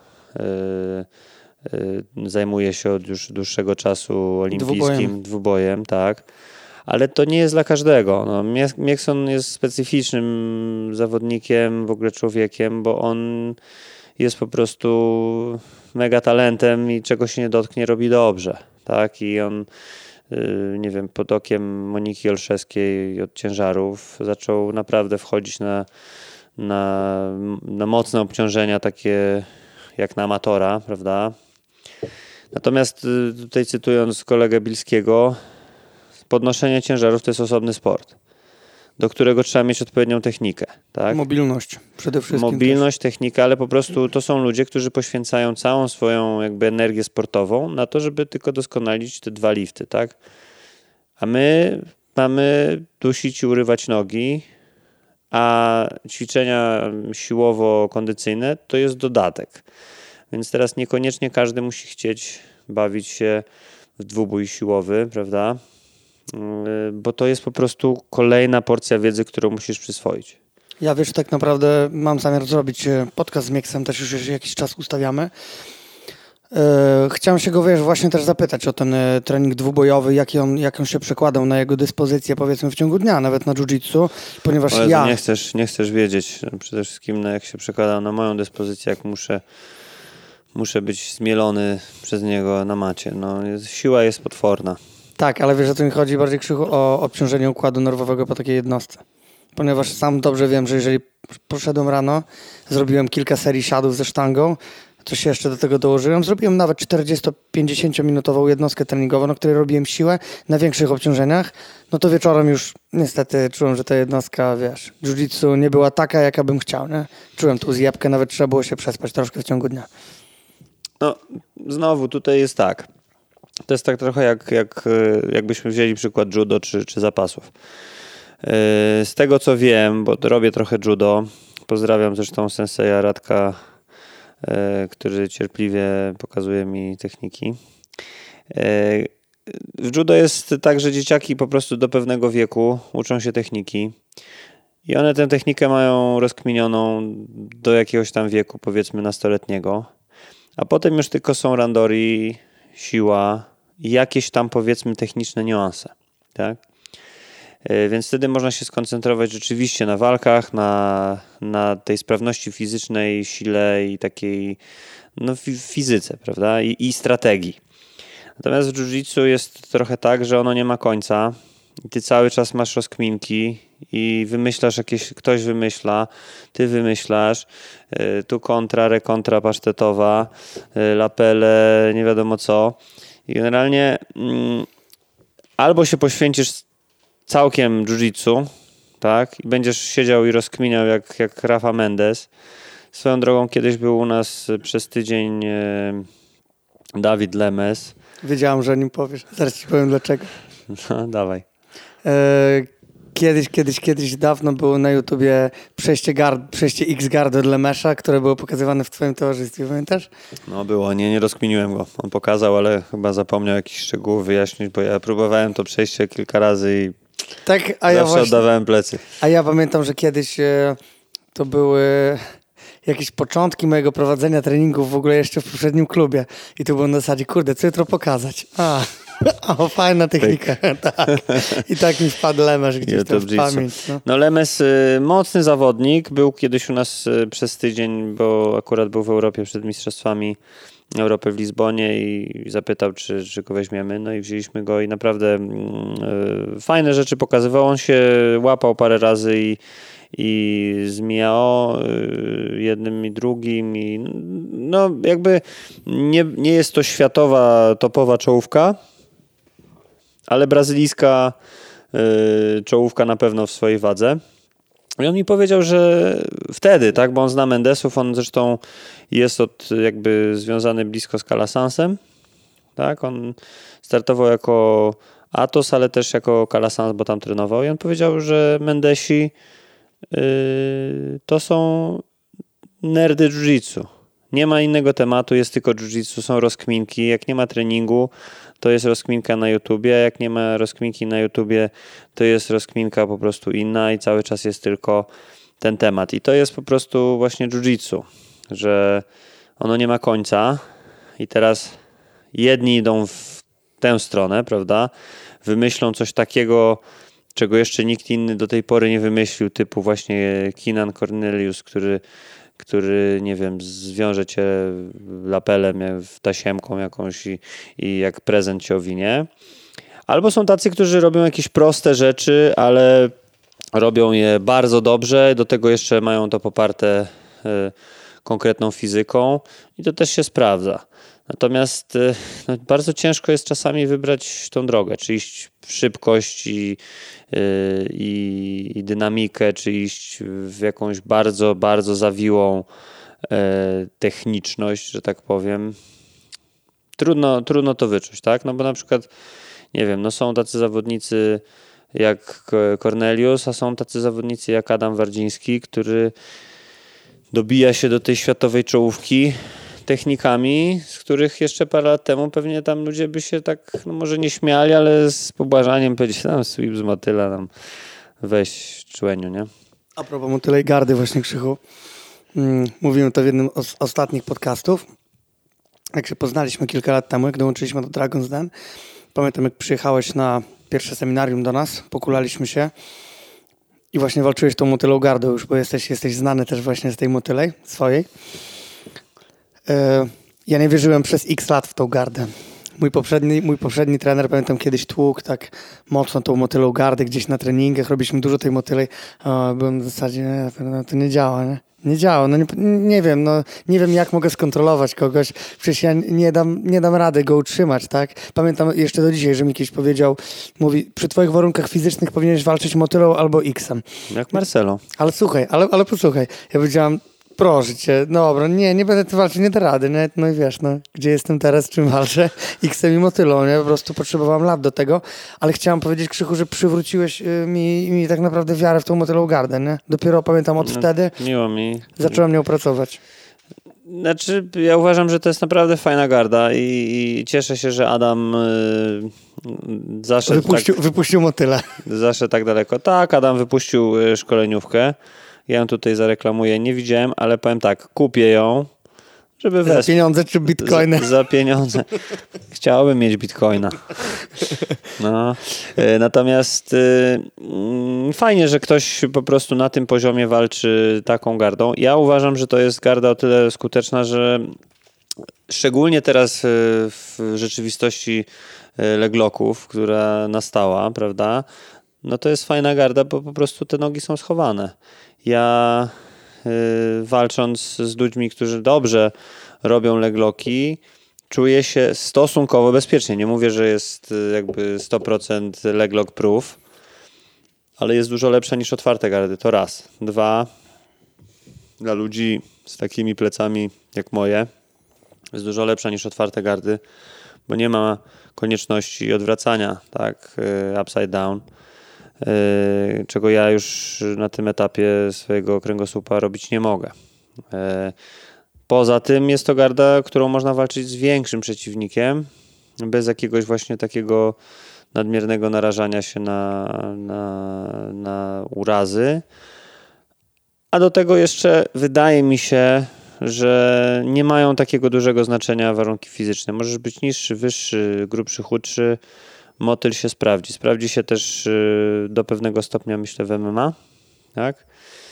zajmuje się od już dłuższego czasu olimpijskim dwubojem, dwubojem tak. Ale to nie jest dla każdego. No, Miekson jest specyficznym zawodnikiem, w ogóle człowiekiem, bo on jest po prostu mega talentem i czego się nie dotknie, robi dobrze. Tak? I on, nie wiem, pod okiem Moniki Olszewskiej od ciężarów zaczął naprawdę wchodzić na, na, na mocne obciążenia, takie jak na amatora, prawda? Natomiast tutaj cytując kolegę Bilskiego, podnoszenie ciężarów to jest osobny sport, do którego trzeba mieć odpowiednią technikę. Tak? Mobilność przede wszystkim. Mobilność, też. Technika, ale po prostu to są ludzie, którzy poświęcają całą swoją jakby energię sportową na to, żeby tylko doskonalić te dwa lifty. Tak? A my mamy dusić i urywać nogi, a ćwiczenia siłowo-kondycyjne to jest dodatek. Więc teraz niekoniecznie każdy musi chcieć bawić się w dwubój siłowy, prawda? Bo to jest po prostu kolejna porcja wiedzy, którą musisz przyswoić. Ja wiesz, tak naprawdę mam zamiar zrobić podcast z Mieksem, też już jakiś czas ustawiamy. Chciałem się go, wiesz, właśnie też zapytać o ten trening dwubojowy, jaki on, jak on się przekładał na jego dyspozycję, powiedzmy w ciągu dnia, nawet na jiu-jitsu, ponieważ Jezu, ja... Nie chcesz, nie chcesz wiedzieć przede wszystkim, jak się przekłada na moją dyspozycję, jak muszę, muszę być zmielony przez niego na macie. No, siła jest potworna. Tak, ale wiesz, o to mi chodzi bardziej, Krzychu, o obciążenie układu nerwowego po takiej jednostce. Ponieważ sam dobrze wiem, że jeżeli poszedłem rano, zrobiłem kilka serii siadów ze sztangą, coś jeszcze do tego dołożyłem, zrobiłem nawet czterdziesto-pięćdziesięciominutową jednostkę treningową, na której robiłem siłę na większych obciążeniach, no to wieczorem już niestety czułem, że ta jednostka, wiesz, jiu-jitsu nie była taka, jaka bym chciał, nie? Czułem tu zjebkę, nawet trzeba było się przespać troszkę w ciągu dnia. No, znowu tutaj jest tak. To jest tak trochę jak, jak jakbyśmy wzięli przykład judo czy, czy zapasów. Z tego co wiem, bo robię trochę judo, pozdrawiam zresztą senseja Radka, który cierpliwie pokazuje mi techniki. W judo jest tak, że dzieciaki po prostu do pewnego wieku uczą się techniki i one tę technikę mają rozkminioną do jakiegoś tam wieku, powiedzmy nastoletniego, a potem już tylko są randori, siła i jakieś tam powiedzmy techniczne niuanse, tak? Więc wtedy można się skoncentrować rzeczywiście na walkach, na, na tej sprawności fizycznej, sile i takiej no, fizyce, prawda? I, i strategii. Natomiast w jiu-jitsu jest trochę tak, że ono nie ma końca i ty cały czas masz rozkminki i wymyślasz jakieś, ktoś wymyśla, ty wymyślasz, yy, tu kontra, rekontra pasztetowa, yy, lapele, nie wiadomo co. I generalnie yy, albo się poświęcisz całkiem jiu-jitsu, tak, i będziesz siedział i rozkminiał jak, jak Rafa Mendes. Swoją drogą kiedyś był u nas przez tydzień yy, Dawid Lemes. Wiedziałam, że o nim powiesz. Zaraz ci powiem dlaczego. No, dawaj. E, kiedyś, kiedyś, kiedyś dawno było na YouTubie przejście, gard, przejście X-Guard od Lemesza, które było pokazywane w twoim towarzystwie, pamiętasz? No było, nie, nie rozkminiłem go. On pokazał, ale chyba zapomniał jakichś szczegółów wyjaśnić, bo ja próbowałem to przejście kilka razy i tak, a zawsze ja właśnie, oddawałem plecy. A ja pamiętam, że kiedyś e, to były jakieś początki mojego prowadzenia treningów w ogóle jeszcze w poprzednim klubie. I to było na zasadzie, kurde, co jutro pokazać? A, o, fajna technika. tak. I tak mi wpadł Lemesz gdzieś tam w pamięć. No, no Lemes, y, mocny zawodnik, był kiedyś u nas y, przez tydzień, bo akurat był w Europie przed Mistrzostwami Europy w Lizbonie i zapytał, czy, czy go weźmiemy. No i wzięliśmy go i naprawdę y, fajne rzeczy pokazywał. On się łapał parę razy i i z Miao jednym i drugim i no jakby nie, nie jest to światowa topowa czołówka, ale brazylijska y, czołówka na pewno w swojej wadze. I on mi powiedział, że wtedy, tak, bo on zna Mendesów, on zresztą jest od jakby związany blisko z Calasansem, tak, on startował jako Atos, ale też jako Calasans, bo tam trenował i on powiedział, że Mendesi Yy, to są nerdy jiu-jitsu. Nie ma innego tematu, jest tylko jiu-jitsu, są rozkminki. Jak nie ma treningu, to jest rozkminka na YouTubie. Jak nie ma rozkminki na YouTubie, to jest rozkminka po prostu inna i cały czas jest tylko ten temat. I to jest po prostu właśnie jiu-jitsu, że ono nie ma końca i teraz jedni idą w tę stronę, prawda? Wymyślą coś takiego, czego jeszcze nikt inny do tej pory nie wymyślił, typu właśnie Keenan Cornelius, który, który nie wiem, zwiąże cię lapelem, tasiemką jakąś i, i jak prezent cię owinie. Albo są tacy, którzy robią jakieś proste rzeczy, ale robią je bardzo dobrze, do tego jeszcze mają to poparte y, konkretną fizyką i to też się sprawdza. Natomiast no, bardzo ciężko jest czasami wybrać tą drogę, czy iść w szybkość i, i, i dynamikę, czy iść w jakąś bardzo, bardzo zawiłą e, techniczność, że tak powiem. Trudno, trudno to wyczuć, tak? No bo na przykład, nie wiem, no są tacy zawodnicy jak Cornelius, a są tacy zawodnicy jak Adam Wardziński, który dobija się do tej światowej czołówki technikami, z których jeszcze parę lat temu pewnie tam ludzie by się tak, no może nie śmiali, ale z pobłażaniem powiedzieli, tam sweep z motyla, tam weź człeniu, nie? A propos motylej gardy właśnie, Krzychu, mm, mówiłem to w jednym z ostatnich podcastów, jak się poznaliśmy kilka lat temu, jak dołączyliśmy do Dragon's Den. Pamiętam, jak przyjechałeś na pierwsze seminarium do nas, pokulaliśmy się i właśnie walczyłeś tą motylą gardą już, bo jesteś, jesteś znany też właśnie z tej motylej swojej. Ja nie wierzyłem przez x lat w tą gardę. Mój poprzedni, mój poprzedni trener, pamiętam, kiedyś tłukł tak mocno tą motylą gardę gdzieś na treningach, robiliśmy dużo tej motylej. O, byłem w zasadzie, nie, no, to nie działa, nie? Nie działa, no nie, nie wiem, no nie wiem jak mogę skontrolować kogoś, przecież ja nie dam, nie dam rady go utrzymać, tak? Pamiętam jeszcze do dzisiaj, że mi kiedyś powiedział, mówi, przy twoich warunkach fizycznych powinieneś walczyć motylą albo X-em. Jak Marcelo. Ale słuchaj, ale, ale posłuchaj, ja powiedziałam, Proszę cię, dobra, nie, nie będę tu walczył, nie da rady, nie? No i wiesz, no, gdzie jestem teraz, czym walczę, X-em i motylą, nie? Po prostu potrzebowałem lat do tego, ale chciałem powiedzieć, Krzychu, że przywróciłeś y, mi, mi tak naprawdę wiarę w tą Motylą Garden, nie? Dopiero pamiętam od No, wtedy miło mi. zacząłem nią pracować. Znaczy, ja uważam, że to jest naprawdę fajna garda i, i cieszę się, że Adam yy, zaszedł, Wypuścił, tak, wypuścił Motylę. zaszedł tak daleko. Tak, Adam wypuścił y, szkoleniówkę. Ja ją tutaj zareklamuję. Nie widziałem, ale powiem tak, kupię ją, żeby Za wesprzeć. pieniądze czy bitcoiny? Za, za pieniądze. Chciałbym mieć bitcoina. No. Y, Natomiast y, mm, fajnie, że ktoś po prostu na tym poziomie walczy taką gardą. Ja uważam, że to jest garda o tyle skuteczna, że szczególnie teraz y, w rzeczywistości y, legloków, która nastała, prawda? No to jest fajna garda, bo po prostu te nogi są schowane. Ja y, walcząc z ludźmi, którzy dobrze robią legloki, czuję się stosunkowo bezpiecznie. Nie mówię, że jest y, jakby sto procent leglock proof, ale jest dużo lepsza niż otwarte gardy. To raz. Dwa, dla ludzi z takimi plecami jak moje jest dużo lepsza niż otwarte gardy, bo nie ma konieczności odwracania, tak, y, upside down. Yy, czego ja już na tym etapie swojego kręgosłupa robić nie mogę. Yy, poza tym jest to garda, którą można walczyć z większym przeciwnikiem, bez jakiegoś właśnie takiego nadmiernego narażania się na, na, na urazy. A do tego jeszcze wydaje mi się, że nie mają takiego dużego znaczenia warunki fizyczne. Możesz być niższy, wyższy, grubszy, chudszy. Motyl się sprawdzi. Sprawdzi się też y, do pewnego stopnia, myślę, w M M A. Tak?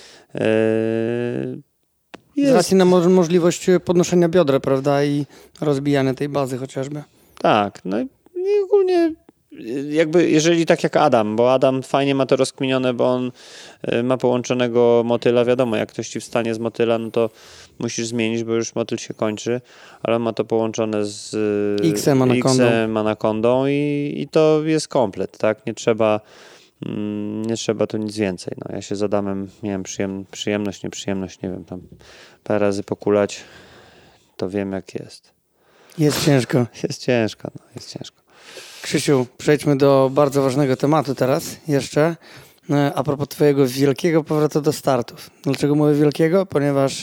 Yy, Z racji na mo- możliwość podnoszenia biodra, prawda, i rozbijania tej bazy chociażby. Tak. No i i ogólnie jakby, jeżeli tak jak Adam, bo Adam fajnie ma to rozkminione, bo on y, ma połączonego motyla. Wiadomo, jak ktoś ci wstanie z motyla, no to musisz zmienić, bo już motyl się kończy, ale ma to połączone z y, X-em, anakondą. X-em, anakondą i, i to jest komplet, tak? Nie trzeba mm, nie trzeba tu nic więcej. No, ja się z Adamem miałem przyjem, przyjemność, nieprzyjemność, nie wiem, tam parę razy pokulać, to wiem jak jest. Jest ciężko. Jest ciężko, no, jest ciężko. Krzysiu, przejdźmy do bardzo ważnego tematu teraz jeszcze. E, A propos twojego wielkiego powrotu do startów. Dlaczego mówię wielkiego? Ponieważ e,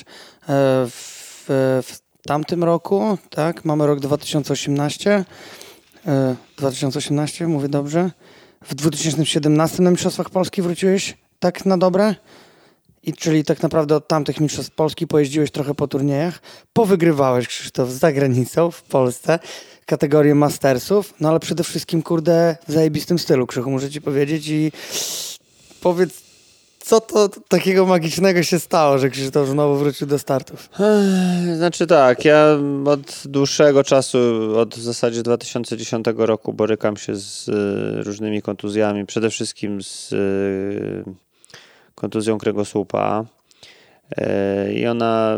w, w tamtym roku, tak, mamy rok dwa tysiące osiemnasty, e, dwa tysiące osiemnasty, mówię dobrze, w dwa tysiące siedemnastym na Mistrzostwach Polski wróciłeś tak na dobre? I czyli tak naprawdę od tamtych mistrzostw Polski pojeździłeś trochę po turniejach, powygrywałeś, Krzysztof, za granicą, w Polsce, kategorię mastersów, no ale przede wszystkim, kurde, w zajebistym stylu, Krzychu, muszę ci powiedzieć i powiedz, co to takiego magicznego się stało, że Krzysztof znowu wrócił do startów? Znaczy tak, ja od dłuższego czasu, od w zasadzie dwa tysiące dziesiątego roku borykam się z y, różnymi kontuzjami, przede wszystkim z y, kontuzją kręgosłupa y, i ona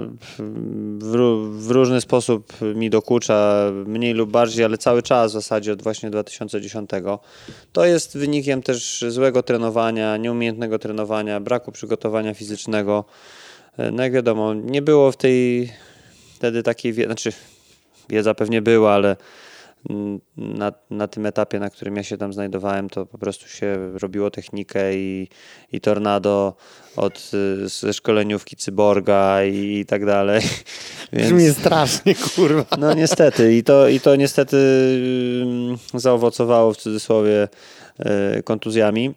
w, w różny sposób mi dokucza, mniej lub bardziej, ale cały czas w zasadzie od właśnie dwa tysiące dziesiątego. To jest wynikiem też złego trenowania, nieumiejętnego trenowania, braku przygotowania fizycznego. No jak wiadomo, nie było w tej wtedy takiej wiedzy, znaczy wiedza pewnie była, ale na, na tym etapie, na którym ja się tam znajdowałem, to po prostu się robiło technikę i, i tornado od ze szkoleniówki cyborga i, i tak dalej. Więc brzmi strasznie, kurwa. No niestety i to, i to niestety zaowocowało w cudzysłowie kontuzjami.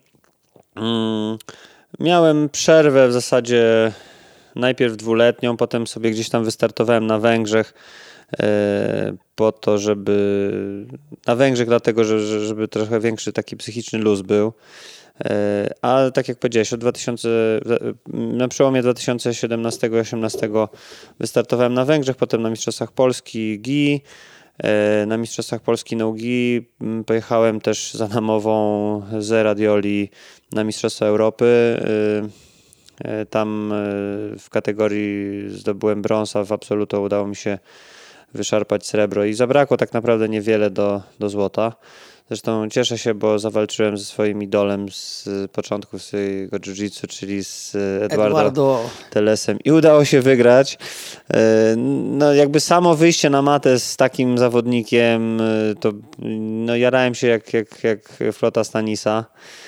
Miałem przerwę w zasadzie najpierw dwuletnią, potem sobie gdzieś tam wystartowałem na Węgrzech e, po to, żeby na Węgrzech dlatego, że, żeby trochę większy taki psychiczny luz był. E, ale tak jak powiedziałeś, od dwa tysiące, na przełomie dwa tysiące siedemnastego i osiemnastego wystartowałem na Węgrzech, potem na Mistrzostwach Polski G I. E, na Mistrzostwach Polski no G I pojechałem też za namową z Radioli na Mistrzostwa Europy. E, Tam w kategorii zdobyłem brąz, a w absoluto udało mi się wyszarpać srebro i zabrakło tak naprawdę niewiele do, do złota. Zresztą cieszę się, bo zawalczyłem ze swoim idolem z początku swojego jiu-jitsu, czyli z Eduardo, Eduardo Telesem i udało się wygrać. No jakby samo wyjście na matę z takim zawodnikiem, to no jarałem się jak, jak, jak flota Stanisa.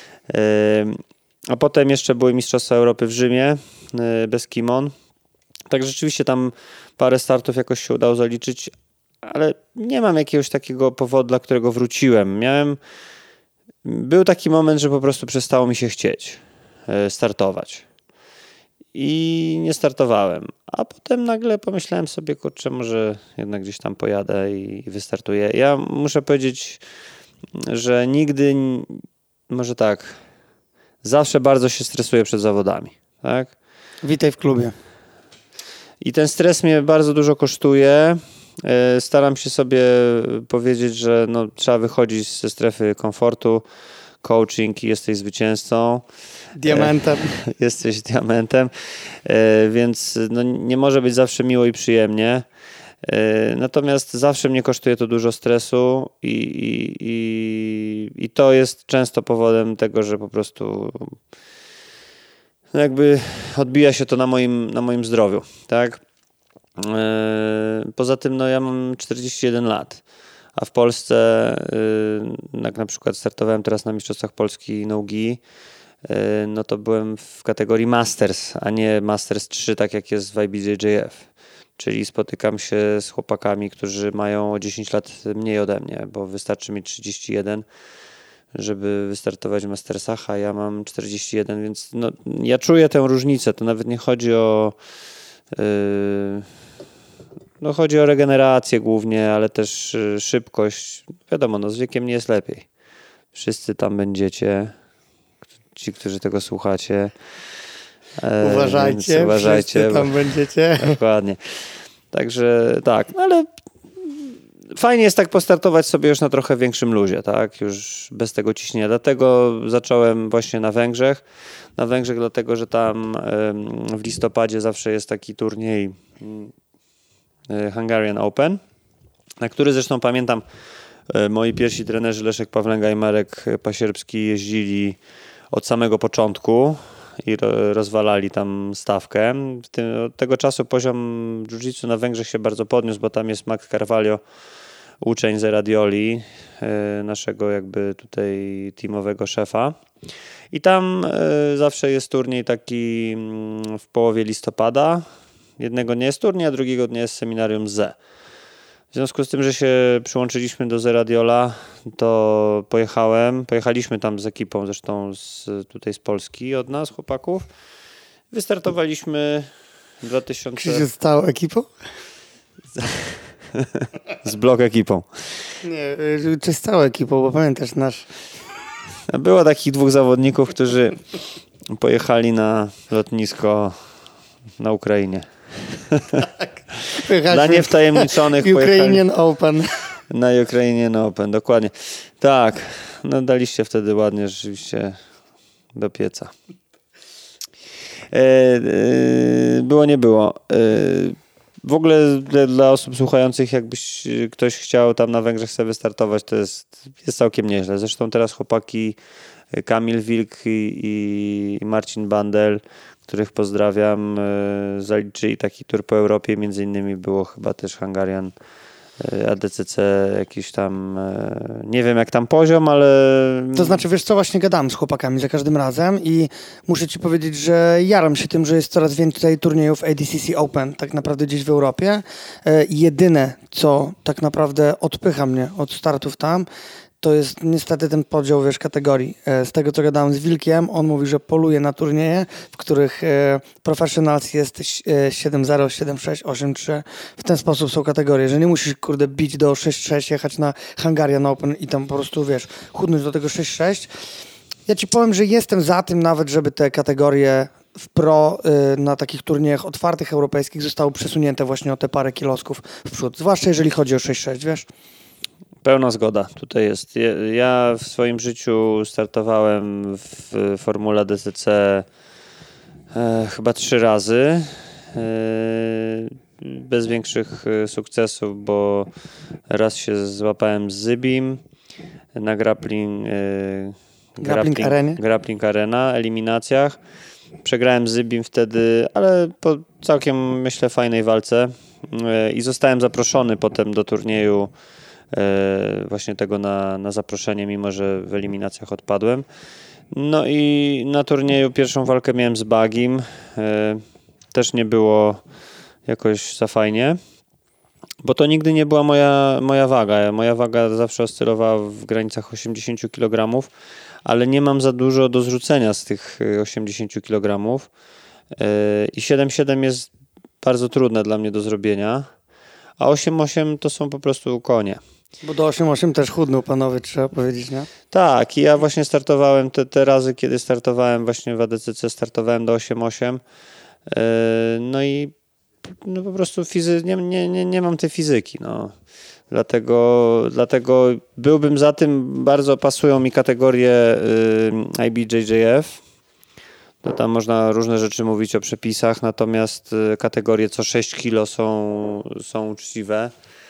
A potem jeszcze były Mistrzostwa Europy w Rzymie bez kimon. Tak rzeczywiście tam parę startów jakoś się udało zaliczyć, ale nie mam jakiegoś takiego powodu, dla którego wróciłem. Miałem, był taki moment, że po prostu przestało mi się chcieć startować. I nie startowałem. A potem nagle pomyślałem sobie, kurczę, może jednak gdzieś tam pojadę i wystartuję. Ja muszę powiedzieć, że nigdy, może tak, zawsze bardzo się stresuję przed zawodami. Tak? Witaj w klubie. I ten stres mnie bardzo dużo kosztuje. Staram się sobie powiedzieć, że no, trzeba wychodzić ze strefy komfortu. Coaching i jesteś zwycięzcą. Diamentem. Jesteś diamentem, więc no, nie może być zawsze miło i przyjemnie. Natomiast zawsze mnie kosztuje to dużo stresu i, i, i, i to jest często powodem tego, że po prostu no jakby odbija się to na moim, na moim zdrowiu. Tak? Poza tym no, ja mam czterdzieści jeden lat. A w Polsce, jak na przykład startowałem teraz na Mistrzostwach Polski nogi, no to byłem w kategorii Masters, a nie Masters trzy, tak jak jest w I B J J F. Czyli spotykam się z chłopakami, którzy mają o dziesięć lat mniej ode mnie, bo wystarczy mi trzydzieści jeden, żeby wystartować w Mastersach, a ja mam czterdzieści jeden, więc no, ja czuję tę różnicę. To nawet nie chodzi o... Yy, No chodzi o regenerację głównie, ale też szybkość. Wiadomo, no z wiekiem nie jest lepiej. Wszyscy tam będziecie, ci, którzy tego słuchacie. Uważajcie, e, uważajcie wszyscy tam bo... będziecie. Dokładnie. Także tak, no ale fajnie jest tak postartować sobie już na trochę większym luzie, tak? Już bez tego ciśnienia. Dlatego zacząłem właśnie na Węgrzech. Na Węgrzech dlatego, że tam w listopadzie zawsze jest taki turniej Hungarian Open, na który zresztą pamiętam moi pierwsi trenerzy Leszek Pawlęga i Marek Pasierbski jeździli od samego początku i rozwalali tam stawkę. W tym, od tego czasu poziom jiu-jitsu na Węgrzech się bardzo podniósł, bo tam jest Max Carvalho, uczeń z Radioli, naszego jakby tutaj teamowego szefa. I tam zawsze jest turniej taki w połowie listopada. Jednego dnia jest turniej, a drugiego dnia jest seminarium Z. W związku z tym, że się przyłączyliśmy do Z Radiola, to pojechałem. Pojechaliśmy tam z ekipą, zresztą z, tutaj z Polski od nas, chłopaków. Wystartowaliśmy w dwa tysiące... Krzysiu z całą ekipą? Z blok ekipą. Nie, czy z całą ekipą, bo pamiętasz nasz... Było takich dwóch zawodników, którzy pojechali na lotnisko na Ukrainie. Tak. Dla niewtajemniczonych Ukrainian Open. Na Ukrainian Open, dokładnie. Tak, no daliście wtedy ładnie rzeczywiście do pieca. E, e, było, nie było. E, w ogóle dla, dla osób słuchających, jakbyś ktoś chciał tam na Węgrzech sobie wystartować, to jest, jest całkiem nieźle. Zresztą teraz chłopaki Kamil Wilk i, i Marcin Bandel, których pozdrawiam, zaliczyli taki tur po Europie, między innymi było chyba też Hungarian A D C C jakiś tam, nie wiem jak tam poziom, ale... To znaczy, wiesz co, właśnie gadałem z chłopakami za każdym razem i muszę ci powiedzieć, że jaram się tym, że jest coraz więcej turniejów A D C C Open tak naprawdę gdzieś w Europie. Jedyne, co tak naprawdę odpycha mnie od startów tam, to jest niestety ten podział, wiesz, kategorii. Z tego, co gadałem z Wilkiem, on mówi, że poluje na turnieje, w których e, professionals jest siedem zero, siedem sześć, osiem trzy. W ten sposób są kategorie, że nie musisz, kurde, bić do sześć sześć, jechać na Hungarian Open i tam po prostu, wiesz, chudnąć do tego sześć sześć. Ja ci powiem, że jestem za tym nawet, żeby te kategorie w pro y, na takich turniejach otwartych europejskich zostały przesunięte właśnie o te parę kilosków w przód. Zwłaszcza jeżeli chodzi o sześć sześć, wiesz? Pełna zgoda tutaj jest. Ja w swoim życiu startowałem w Formule D C C e, chyba trzy razy. E, bez większych sukcesów, bo raz się złapałem z Zybim na grappling, grappling, grappling, grappling Arena, eliminacjach. Przegrałem z Zybim wtedy, ale po całkiem, myślę, fajnej walce i zostałem zaproszony potem do turnieju właśnie tego na, na zaproszenie, mimo że w eliminacjach odpadłem. No i na turnieju pierwszą walkę miałem z Bagim. Też nie było jakoś za fajnie, bo to nigdy nie była moja, moja waga. Moja waga zawsze oscylowała w granicach osiemdziesiąt kilogramów, ale nie mam za dużo do zrzucenia z tych osiemdziesiąt kilogramów. I siedem siedem jest bardzo trudne dla mnie do zrobienia, a osiem osiem to są po prostu konie. Bo do osiem osiem też chudnął panowie, trzeba powiedzieć, nie? Tak, i ja właśnie startowałem te, te razy, kiedy startowałem właśnie w A D C C, startowałem do osiem osiem. Yy, no i no po prostu fizy, nie, nie, nie, nie mam tej fizyki, no. Dlatego, dlatego byłbym za tym, bardzo pasują mi kategorie yy, I B J J F. No tam można różne rzeczy mówić o przepisach, natomiast yy, kategorie co sześć kilo są, są uczciwe.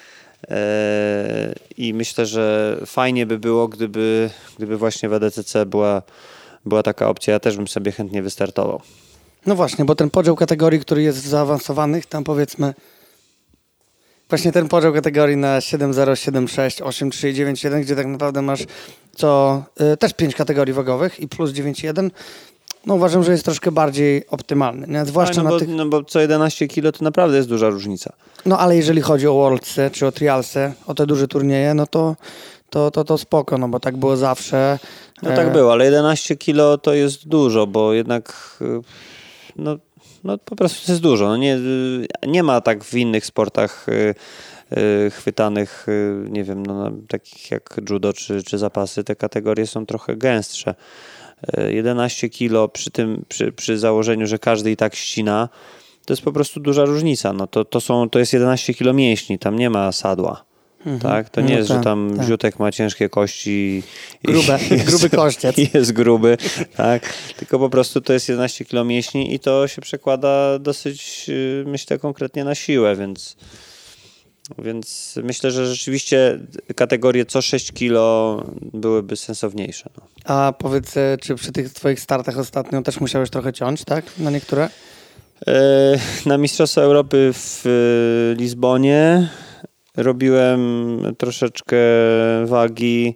I myślę, że fajnie by było, gdyby, gdyby właśnie w A D C C była, była taka opcja. Ja też bym sobie chętnie wystartował. No właśnie, bo ten podział kategorii, który jest w zaawansowanych, tam powiedzmy właśnie ten podział kategorii na siedem zero, siedem sześć, osiem trzy i dziewięć jeden, gdzie tak naprawdę masz co y, też pięć kategorii wagowych i plus dziewięć jeden. No uważam, że jest troszkę bardziej optymalny. Nie? Zwłaszcza no, na bo, tych... no bo co jedenaście kilo to naprawdę jest duża różnica. No ale jeżeli chodzi o Worldsy czy o Trialsy, o te duże turnieje, no to, to, to, to spoko, no bo tak było zawsze. No tak było, ale jedenaście kilo to jest dużo, bo jednak no, no po prostu to jest dużo. No nie, nie ma tak w innych sportach chwytanych, nie wiem, no, takich jak judo czy, czy zapasy, te kategorie są trochę gęstsze. jedenaście kilo przy tym, przy, przy założeniu, że każdy i tak ścina, to jest po prostu duża różnica. No to, to, są, to jest jedenaście kilo mięśni, tam nie ma sadła. Mhm. Tak? To nie no jest, tak, że tam tak. Ziutek ma ciężkie kości. Grube, i jest, gruby kościec. I jest gruby, tak? Tylko po prostu to jest jedenaście kilo mięśni i to się przekłada dosyć, myślę, konkretnie na siłę, więc... Więc myślę, że rzeczywiście kategorie co sześć kilo byłyby sensowniejsze. No. A powiedz, czy przy tych twoich startach ostatnio też musiałeś trochę ciąć, tak? Na niektóre? Na Mistrzostwa Europy w Lizbonie robiłem troszeczkę wagi,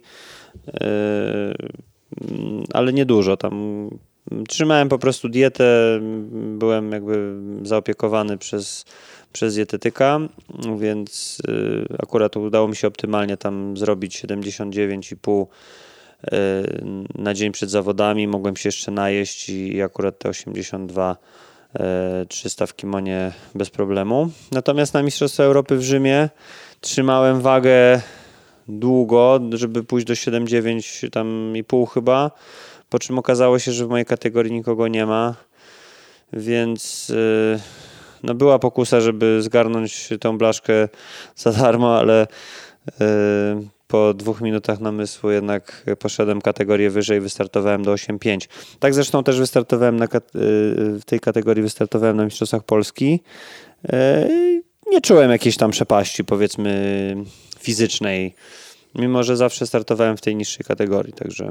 ale nie dużo. Tam trzymałem po prostu dietę, byłem jakby zaopiekowany przez przez dietetyka, więc y, akurat udało mi się optymalnie tam zrobić siedemdziesiąt dziewięć i pół y, na dzień przed zawodami. Mogłem się jeszcze najeść i akurat te osiemdziesiąt dwa trzysta w kimonie bez problemu. Natomiast na Mistrzostwa Europy w Rzymie trzymałem wagę długo, żeby pójść do siedem dziewięć tam i pół chyba, po czym okazało się, że w mojej kategorii nikogo nie ma, więc... Y, No była pokusa, żeby zgarnąć tą blaszkę za darmo, ale yy, po dwóch minutach namysłu jednak poszedłem kategorię wyżej, wystartowałem do osiem pięć. Tak zresztą też wystartowałem na, yy, w tej kategorii wystartowałem na Mistrzostwach Polski. Yy, nie czułem jakiejś tam przepaści, powiedzmy, fizycznej, mimo że zawsze startowałem w tej niższej kategorii, także...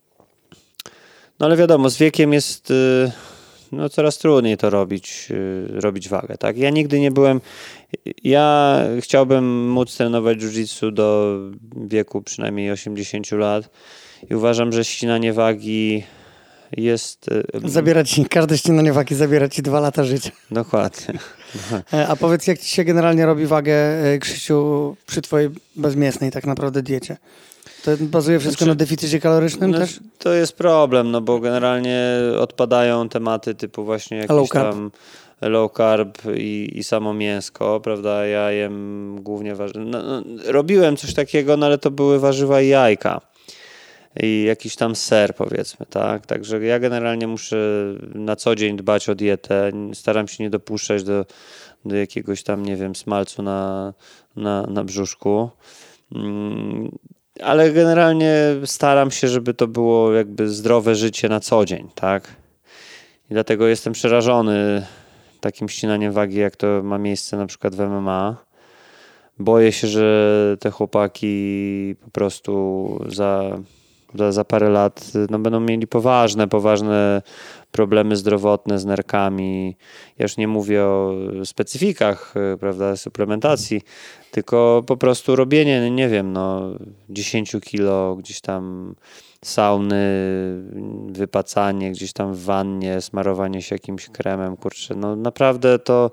No ale wiadomo, z wiekiem jest... Yy, no coraz trudniej to robić, yy, robić wagę, tak? Ja nigdy nie byłem, ja chciałbym móc trenować jiu-jitsu do wieku przynajmniej osiemdziesiąt lat i uważam, że ścinanie wagi jest... Yy, zabiera ci, każde ścinanie wagi zabiera ci dwa lata życia. Dokładnie. A powiedz, jak ci się generalnie robi wagę, Krzysiu, przy twojej bezmięsnej tak naprawdę diecie? To bazuje wszystko znaczy, na deficycie kalorycznym no, też? To jest problem, no bo generalnie odpadają tematy typu właśnie jakieś low tam low carb i, i samo mięsko, prawda? Ja jem głównie warzywa. No, no, robiłem coś takiego, no ale to były warzywa i jajka. I jakiś tam ser, powiedzmy, tak? Także ja generalnie muszę na co dzień dbać o dietę. Staram się nie dopuszczać do, do jakiegoś tam, nie wiem, smalcu na, na, na brzuszku. Mm. Ale generalnie staram się, żeby to było jakby zdrowe życie na co dzień, tak? I dlatego jestem przerażony takim ścinaniem wagi, jak to ma miejsce na przykład w M M A. Boję się, że te chłopaki po prostu za, za, za parę lat no, będą mieli poważne, poważne problemy zdrowotne z nerkami. Ja już nie mówię o specyfikach, prawda, suplementacji, tylko po prostu robienie, nie wiem, no dziesięć kilo gdzieś tam sauny, wypacanie gdzieś tam w wannie, smarowanie się jakimś kremem, kurczę, no naprawdę to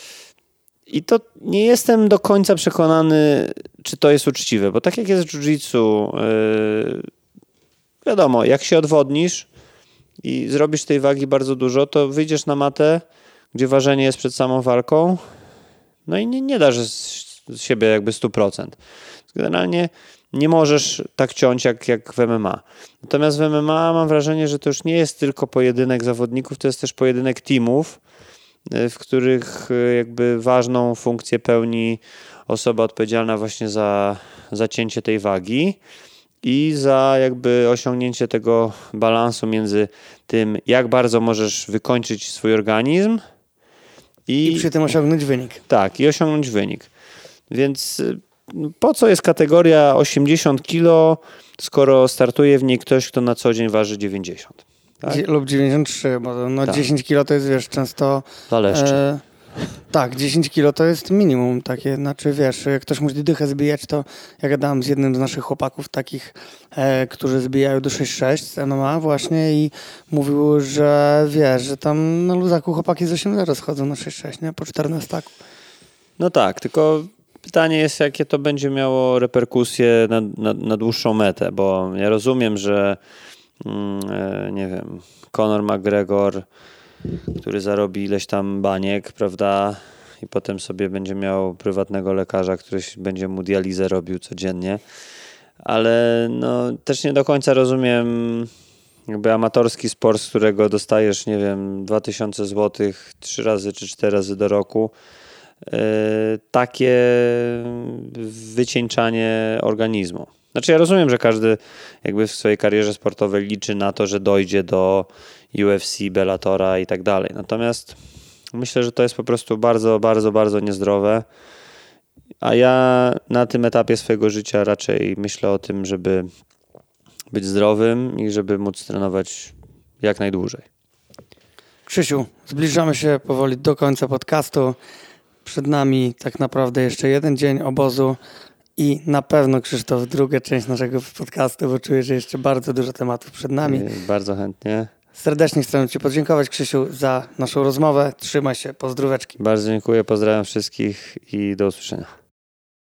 i to nie jestem do końca przekonany, czy to jest uczciwe, bo tak jak jest w jiu-jitsu, yy, wiadomo, jak się odwodnisz i zrobisz tej wagi bardzo dużo, to wyjdziesz na matę, gdzie ważenie jest przed samą walką, no i nie, nie dasz z siebie jakby sto procent. Generalnie nie możesz tak ciąć jak, jak w M M A. Natomiast w M M A mam wrażenie, że to już nie jest tylko pojedynek zawodników, to jest też pojedynek teamów, w których jakby ważną funkcję pełni osoba odpowiedzialna właśnie za zacięcie tej wagi i za jakby osiągnięcie tego balansu między tym, jak bardzo możesz wykończyć swój organizm i, I przy tym osiągnąć wynik. Tak, i osiągnąć wynik. Więc po co jest kategoria osiemdziesiąt kilo, skoro startuje w niej ktoś, kto na co dzień waży dziewięćdziesiąt? Tak? Lub dziewięćdziesiąt trzy, bo no tak. dziesięć kilo to jest, wiesz, często... Zaleszcze. E, tak, dziesięć kilo to jest minimum takie, znaczy wiesz, jak ktoś musi dychę zbijać, to ja gadałem z jednym z naszych chłopaków takich, e, którzy zbijają do sześć sześć z M M A właśnie i mówił, że wiesz, że tam na luzaku chłopaki z osiem zero schodzą na sześć sześć, nie? Po czternastaku. No tak, tylko pytanie jest, jakie to będzie miało reperkusje na, na, na dłuższą metę, bo ja rozumiem, że mm, nie wiem, Conor McGregor, który zarobi ileś tam baniek, prawda, i potem sobie będzie miał prywatnego lekarza, który będzie mu dializę robił codziennie, ale no też nie do końca rozumiem jakby amatorski sport, z którego dostajesz, nie wiem, dwa tysiące złotych trzy razy czy cztery razy do roku, yy, takie wycieńczanie organizmu. Znaczy ja rozumiem, że każdy jakby w swojej karierze sportowej liczy na to, że dojdzie do U F C, Bellatora i tak dalej. Natomiast myślę, że to jest po prostu bardzo, bardzo, bardzo niezdrowe. A ja na tym etapie swojego życia raczej myślę o tym, żeby być zdrowym i żeby móc trenować jak najdłużej. Krzysiu, zbliżamy się powoli do końca podcastu. Przed nami tak naprawdę jeszcze jeden dzień obozu i na pewno, Krzysztof, druga część naszego podcastu, bo czuję, że jeszcze bardzo dużo tematów przed nami. Bardzo chętnie. Serdecznie chcę Ci podziękować, Krzysiu, za naszą rozmowę. Trzymaj się, pozdróweczki. Bardzo dziękuję, pozdrawiam wszystkich i do usłyszenia.